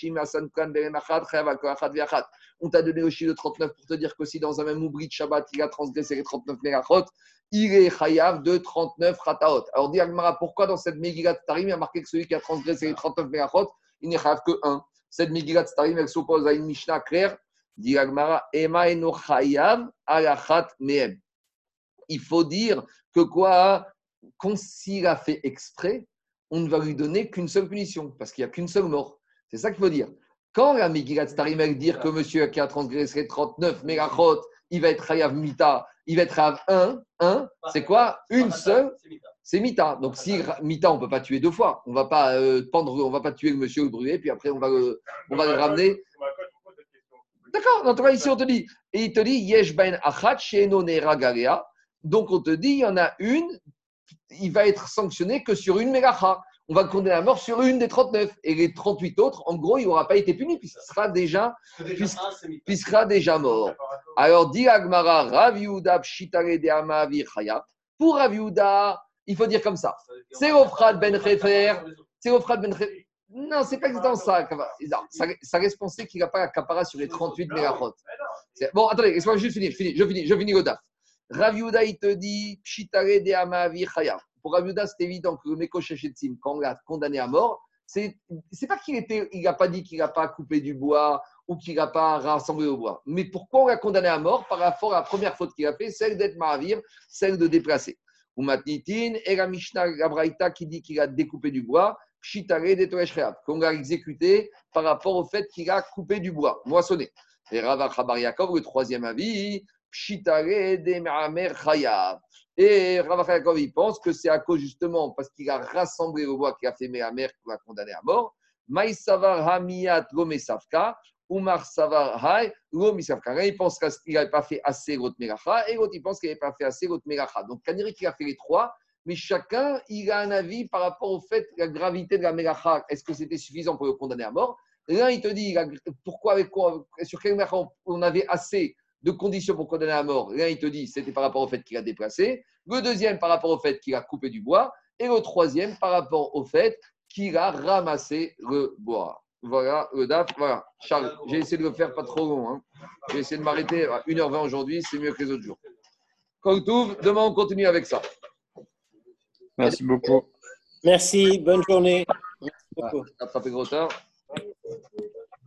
on t'a donné le chiffre de trente-neuf pour te dire que si dans un même oubli de Shabbat, il a transgressé les trente-neuf Melachot, il est chayav de trente-neuf Khataot. Alors, dit Agmara, pourquoi dans cette Megillat Tarim, il y a marqué que celui qui a transgressé les trente-neuf Melachot, il n'est chayav que un? Cette Megillat Tarim, elle s'oppose à une Mishnah claire. Dit Agmara, Ema eno chayav alachat mehem. Il faut dire que quoi, quand s'il a fait exprès, on ne va lui donner qu'une seule punition, parce qu'il n'y a qu'une seule mort. C'est ça qu'il faut dire. Quand la Megillat Tarim va dire que monsieur qui a transgressé trente-neuf Melachot, il va être chayav mita, il va être chayav un, un, c'est quoi? Une seule, c'est mita. Donc si mita, on ne peut pas tuer deux fois. On ne va pas euh, pendre, on va pas tuer le monsieur le brûler, puis après on va le, on va le ramener. D'accord, en tout cas, ici on te dit, et il te dit, yesh ben achat she'eno ne'era galea. Donc on te dit, il y en a une, il va être sanctionné que sur une mélacha. On va le condamner à mort sur une des trente-neuf. Et les trente-huit autres, en gros, il n'aura pas été puni puisqu'il sera déjà, puisqu'il sera déjà mort. Alors, dit Agmara, Rav Yehuda pshitare de Amavi Chaya. Pour Rav Yehuda, il faut dire comme ça. C'est Ofrad ben Refer. C'est Ofrad ben Refer. Non, c'est pas exactement ça. Non, ça, ça laisse penser qu'il n'a pas la capara sur les trente-huit mégachot. Bon, attendez, laisse-moi juste finir. Je finis, je finis, je finis le daf. Rav Yehuda, il te dit pshitare de Amavi Chaya. Pour Rav Yehuda, c'est évident que le Meko Shechetsim, quand on l'a condamné à mort, c'est, c'est pas qu'il était, il n'a pas dit qu'il n'a pas coupé du bois ou qu'il n'a pas rassemblé au bois. Mais pourquoi on l'a condamné à mort par rapport à la première faute qu'il a fait, celle d'être Mahavir, celle de déplacer. Ou Matnitin, et la Mishnah, la Braïta qui dit qu'il a découpé du bois, Pshitare de Toresh Rehav, qu'on l'a exécuté par rapport au fait qu'il a coupé du bois, moissonné. Et Rav Chabar Yaakov, le troisième avis, Pshitare de Me'amer Chayav. Et Rav Yaakov, il pense que c'est à cause justement parce qu'il a rassemblé le bois qu'il a fait Me'amer qu'il a condamné à mort. Maï Savar Hamiyat Lomesavka, Umar Savar Hay Lomisavka. Là, il pense qu'il n'avait pas fait assez l'autre Melacha et l'autre, il pense qu'il n'avait pas fait assez l'autre Melacha. Donc, Kaniri qui a fait les trois, mais chacun, il a un avis par rapport au fait, la gravité de la Melacha. Est-ce que c'était suffisant pour le condamner à mort? L'un, il te dit pourquoi, avec quoi, sur quel Melacha on avait assez de conditions pour condamner à mort. L'un, il te dit c'était par rapport au fait qu'il a déplacé. Le deuxième, par rapport au fait qu'il a coupé du bois. Et le troisième, par rapport au fait qu'il a ramassé le bois. Voilà le D A F. Voilà. Charles, j'ai essayé de le faire pas trop long. Hein. J'ai essayé de m'arrêter à une heure vingt aujourd'hui. C'est mieux que les autres jours. Kol-Touv, demain, on continue avec ça. Merci beaucoup. Merci. Bonne journée. Merci Ah, beaucoup. attrapé gros retard.